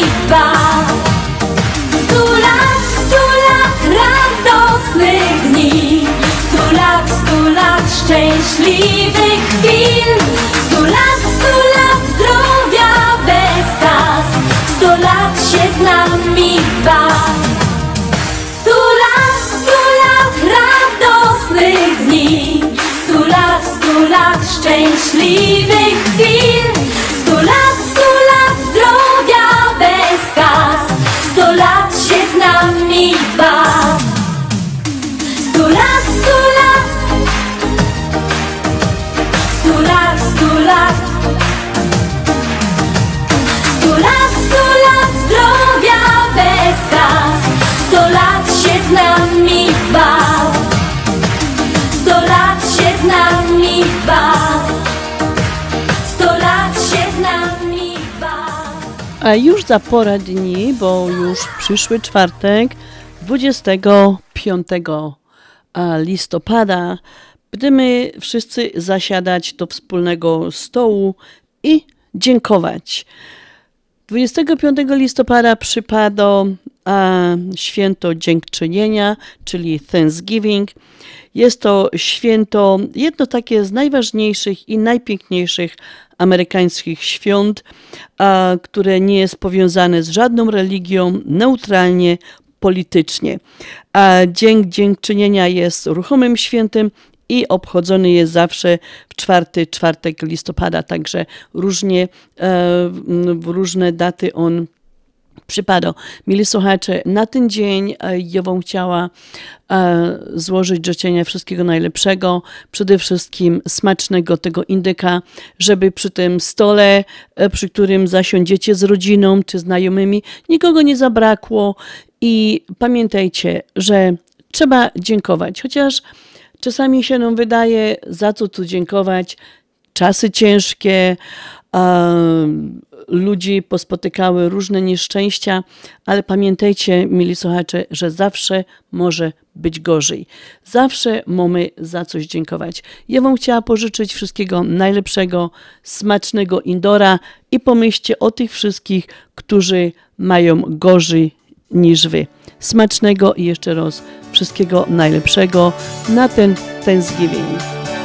szczęśliwych chwil. 100 lat zdrowia bez skaz, 100 lat się z nami baw. 100 lat radosnych dni, 100 lat szczęśliwych chwil. 100 lat zdrowia bez skaz, 100 lat się z nami baw. 100 lat, 100 lat, 100 lat, 100 lat, 100 lat, 100 lat zdrowia bez skaz, 100 lat się z nami baw. 100 lat się z nami baw. 100 lat się z nami baw. A już za parę dni, bo już przyszły czwartek, 25 listopada, będziemy wszyscy zasiadać do wspólnego stołu i dziękować. 25 listopada przypada święto dziękczynienia, czyli Thanksgiving. Jest to święto, jedno takie z najważniejszych i najpiękniejszych amerykańskich świąt, które nie jest powiązane z żadną religią, neutralnie, politycznie. Dziękczynienia jest ruchomym świętem i obchodzony jest zawsze w czwartek listopada, także w różne daty on przypada. Mili słuchacze, na ten dzień ja wam chciała złożyć życzenia wszystkiego najlepszego, przede wszystkim smacznego tego indyka, żeby przy tym stole, przy którym zasiądziecie z rodziną czy znajomymi, nikogo nie zabrakło i pamiętajcie, że trzeba dziękować, chociaż czasami się nam wydaje, za co tu dziękować, czasy ciężkie, ludzi pospotykały różne nieszczęścia, ale pamiętajcie, mili słuchacze, że zawsze może być gorzej. Zawsze mamy za coś dziękować. Ja wam chciała pożyczyć wszystkiego najlepszego, smacznego indora i pomyślcie o tych wszystkich, którzy mają gorzej niż wy. Smacznego i jeszcze raz wszystkiego najlepszego na ten Thanksgiving.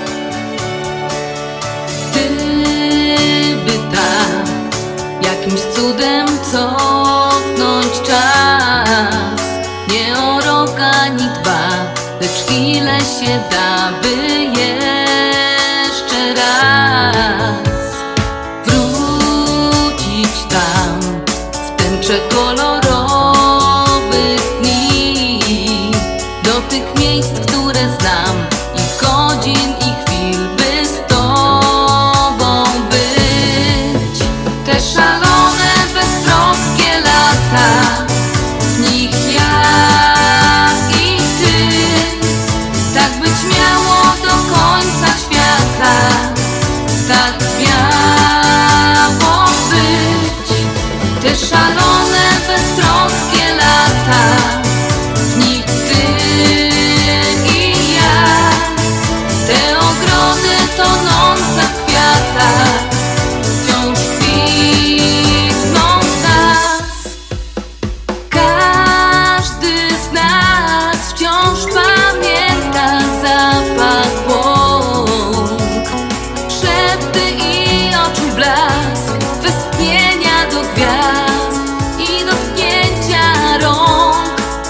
Jakimś cudem cofnąć czas, nie o rok ani dwa, lecz ile się da, by jeszcze raz wrócić tam, w tęczę kolorowych dni, do tych miejsc, które znam, i godzin, i chwil, by z tobą być. Te szalone, beztroskie lata, w nich ja i ty, tak być miało do końca świata, tak miało być. Te szalone, beztroskie lata, w nich ty i ja, te ogrody tonące w kwiatach, wciąż kwitną w nas. Każdy z nas wciąż pamięta zapach łąk, szepty i oczu blask, westchnienia do gwiazd i dotknięcia rąk.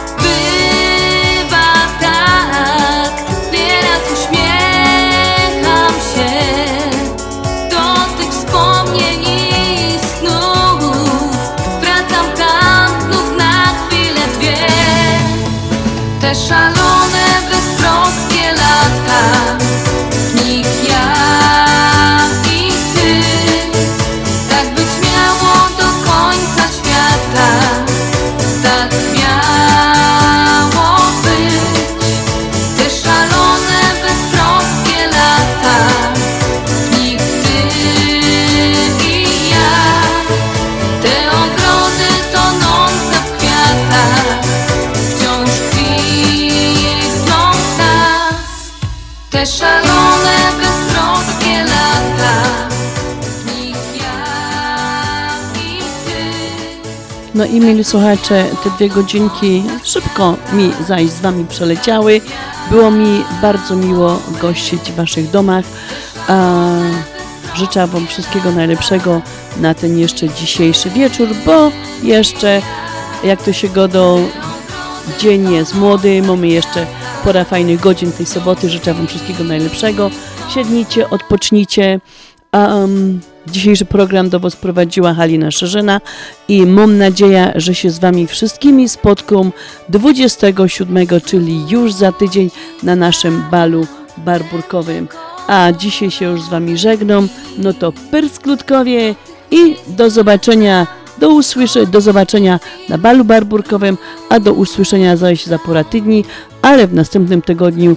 Bywa tak, nieraz uśmiecham się do tych wspomnień i snów. Wracam tam znów na chwilę dwie. Te szalone, beztroskie lata, w nich ja i ty, tak być miało do końca świata, tak miało być. Te szalone, beztroskie lata, w nich ty i ja, te ogrody tonące w kwiatach, wciąż kwitną w nas. Te szalone, beztroskie lata, w nich ja i ty. No i mili słuchacze, te 2 godzinki szybko mi zaś z wami przeleciały. Było mi bardzo miło gościć w Waszych domach. Życzę Wam wszystkiego najlepszego na ten jeszcze dzisiejszy wieczór, bo jeszcze, jak to się godą, dzień jest młody, mamy jeszcze pora fajnych godzin tej soboty. Życzę Wam wszystkiego najlepszego. Siednijcie, odpocznijcie. Dzisiejszy program do Was prowadziła Halina Szerzyna i mam nadzieję, że się z Wami wszystkimi spotkam 27, czyli już za tydzień na naszym balu barburkowym. A dzisiaj się już z Wami żegnam. No to pyrskutkowie i do zobaczenia, do zobaczenia na balu barburkowym, a do usłyszenia zaś za pora tygodni, ale w następnym tygodniu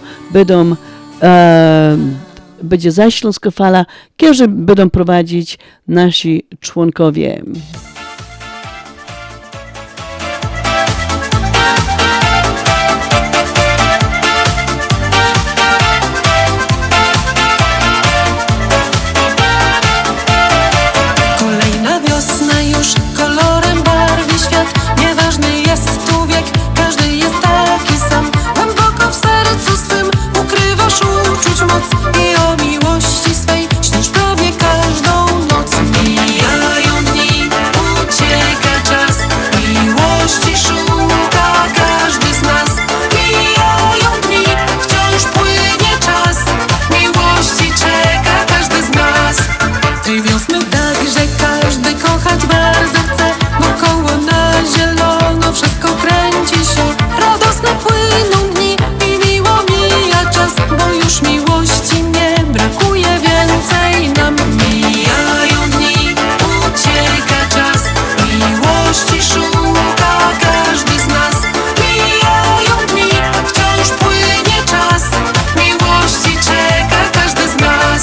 będzie zaś Śląskofala, kiedy będą prowadzić nasi członkowie. Kolejna wiosna już kolorem barwi świat. Nieważny jest tu wiek, każdy jest taki sam. Głęboko w sercu swym ukrywasz uczuć moc i o miłości swej śnisz prawie każdą noc. Mijają dni, ucieka czas, miłości szuka każdy z nas. Mijają dni, wciąż płynie czas, miłości czeka każdy z nas. Tej wiosny tak, że każdy kochać bardzo chce, wokoło na zielono wszystko kręci się. Radosne płyną dni i miło mija czas, bo już miłości nie brakuje więcej nam. Mijają dni, ucieka czas, miłości szuka każdy z nas. Mijają dni, wciąż płynie czas, miłości czeka każdy z nas.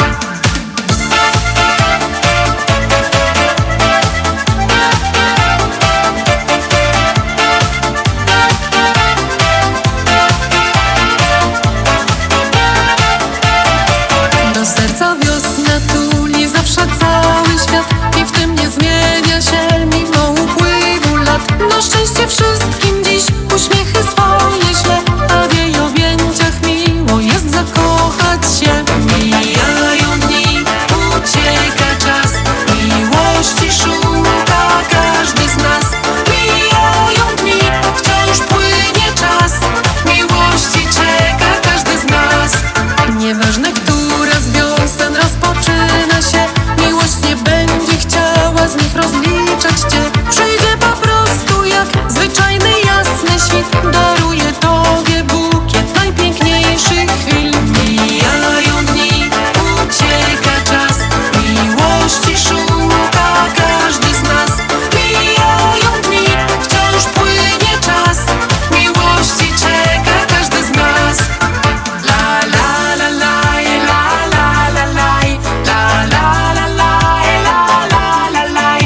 Do serca wiosna tuli zawsze cały świat i w tym nie zmienia się mimo upływu lat. Na szczęście wszystkim dziś uśmiechy swoje śle, a w jej objęciach miło jest zakochać się. Mijają dni, ucieka czas, miłości szuka każdy z nas. Mijają dni, wciąż płynie czas, miłości czeka każdy z nas. Nieważne, która z wiosen rozpoczyna się, miłość nie będzie chciała z nich rozliczać cię. Przyjdzie po prostu jak zwyczajny jasny świt, daruje tobie bukiet najpiękniejszych chwil. Mijają dni, ucieka czas, miłości szuka każdy z nas. Mijają dni, wciąż płynie czas, miłości czeka każdy z nas. La la la la la la la la la la la la la la la la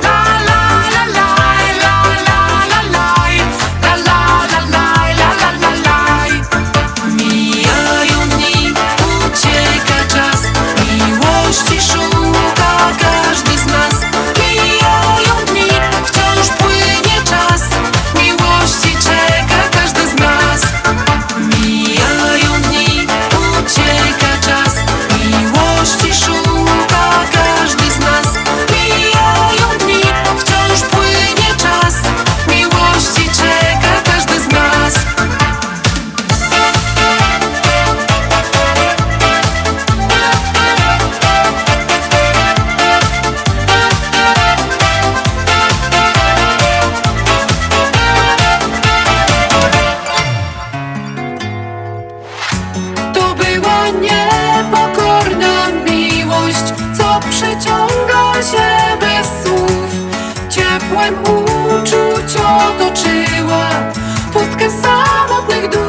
mijają dni, ucieka czas, miłości szuka każdy z nas. Mijają dni, wciąż płynie czas, miłości czeka każdy z nas. Mijają dni, ucieka czas, miłości szuka każdy z nas. Mijają dni, wciąż płynie czas, miłości czeka każdy z nas. To była niepokorna miłość, co przyciąga się bez słów. Ciepłem uczuć otoczyła pustkę samotnych dusz.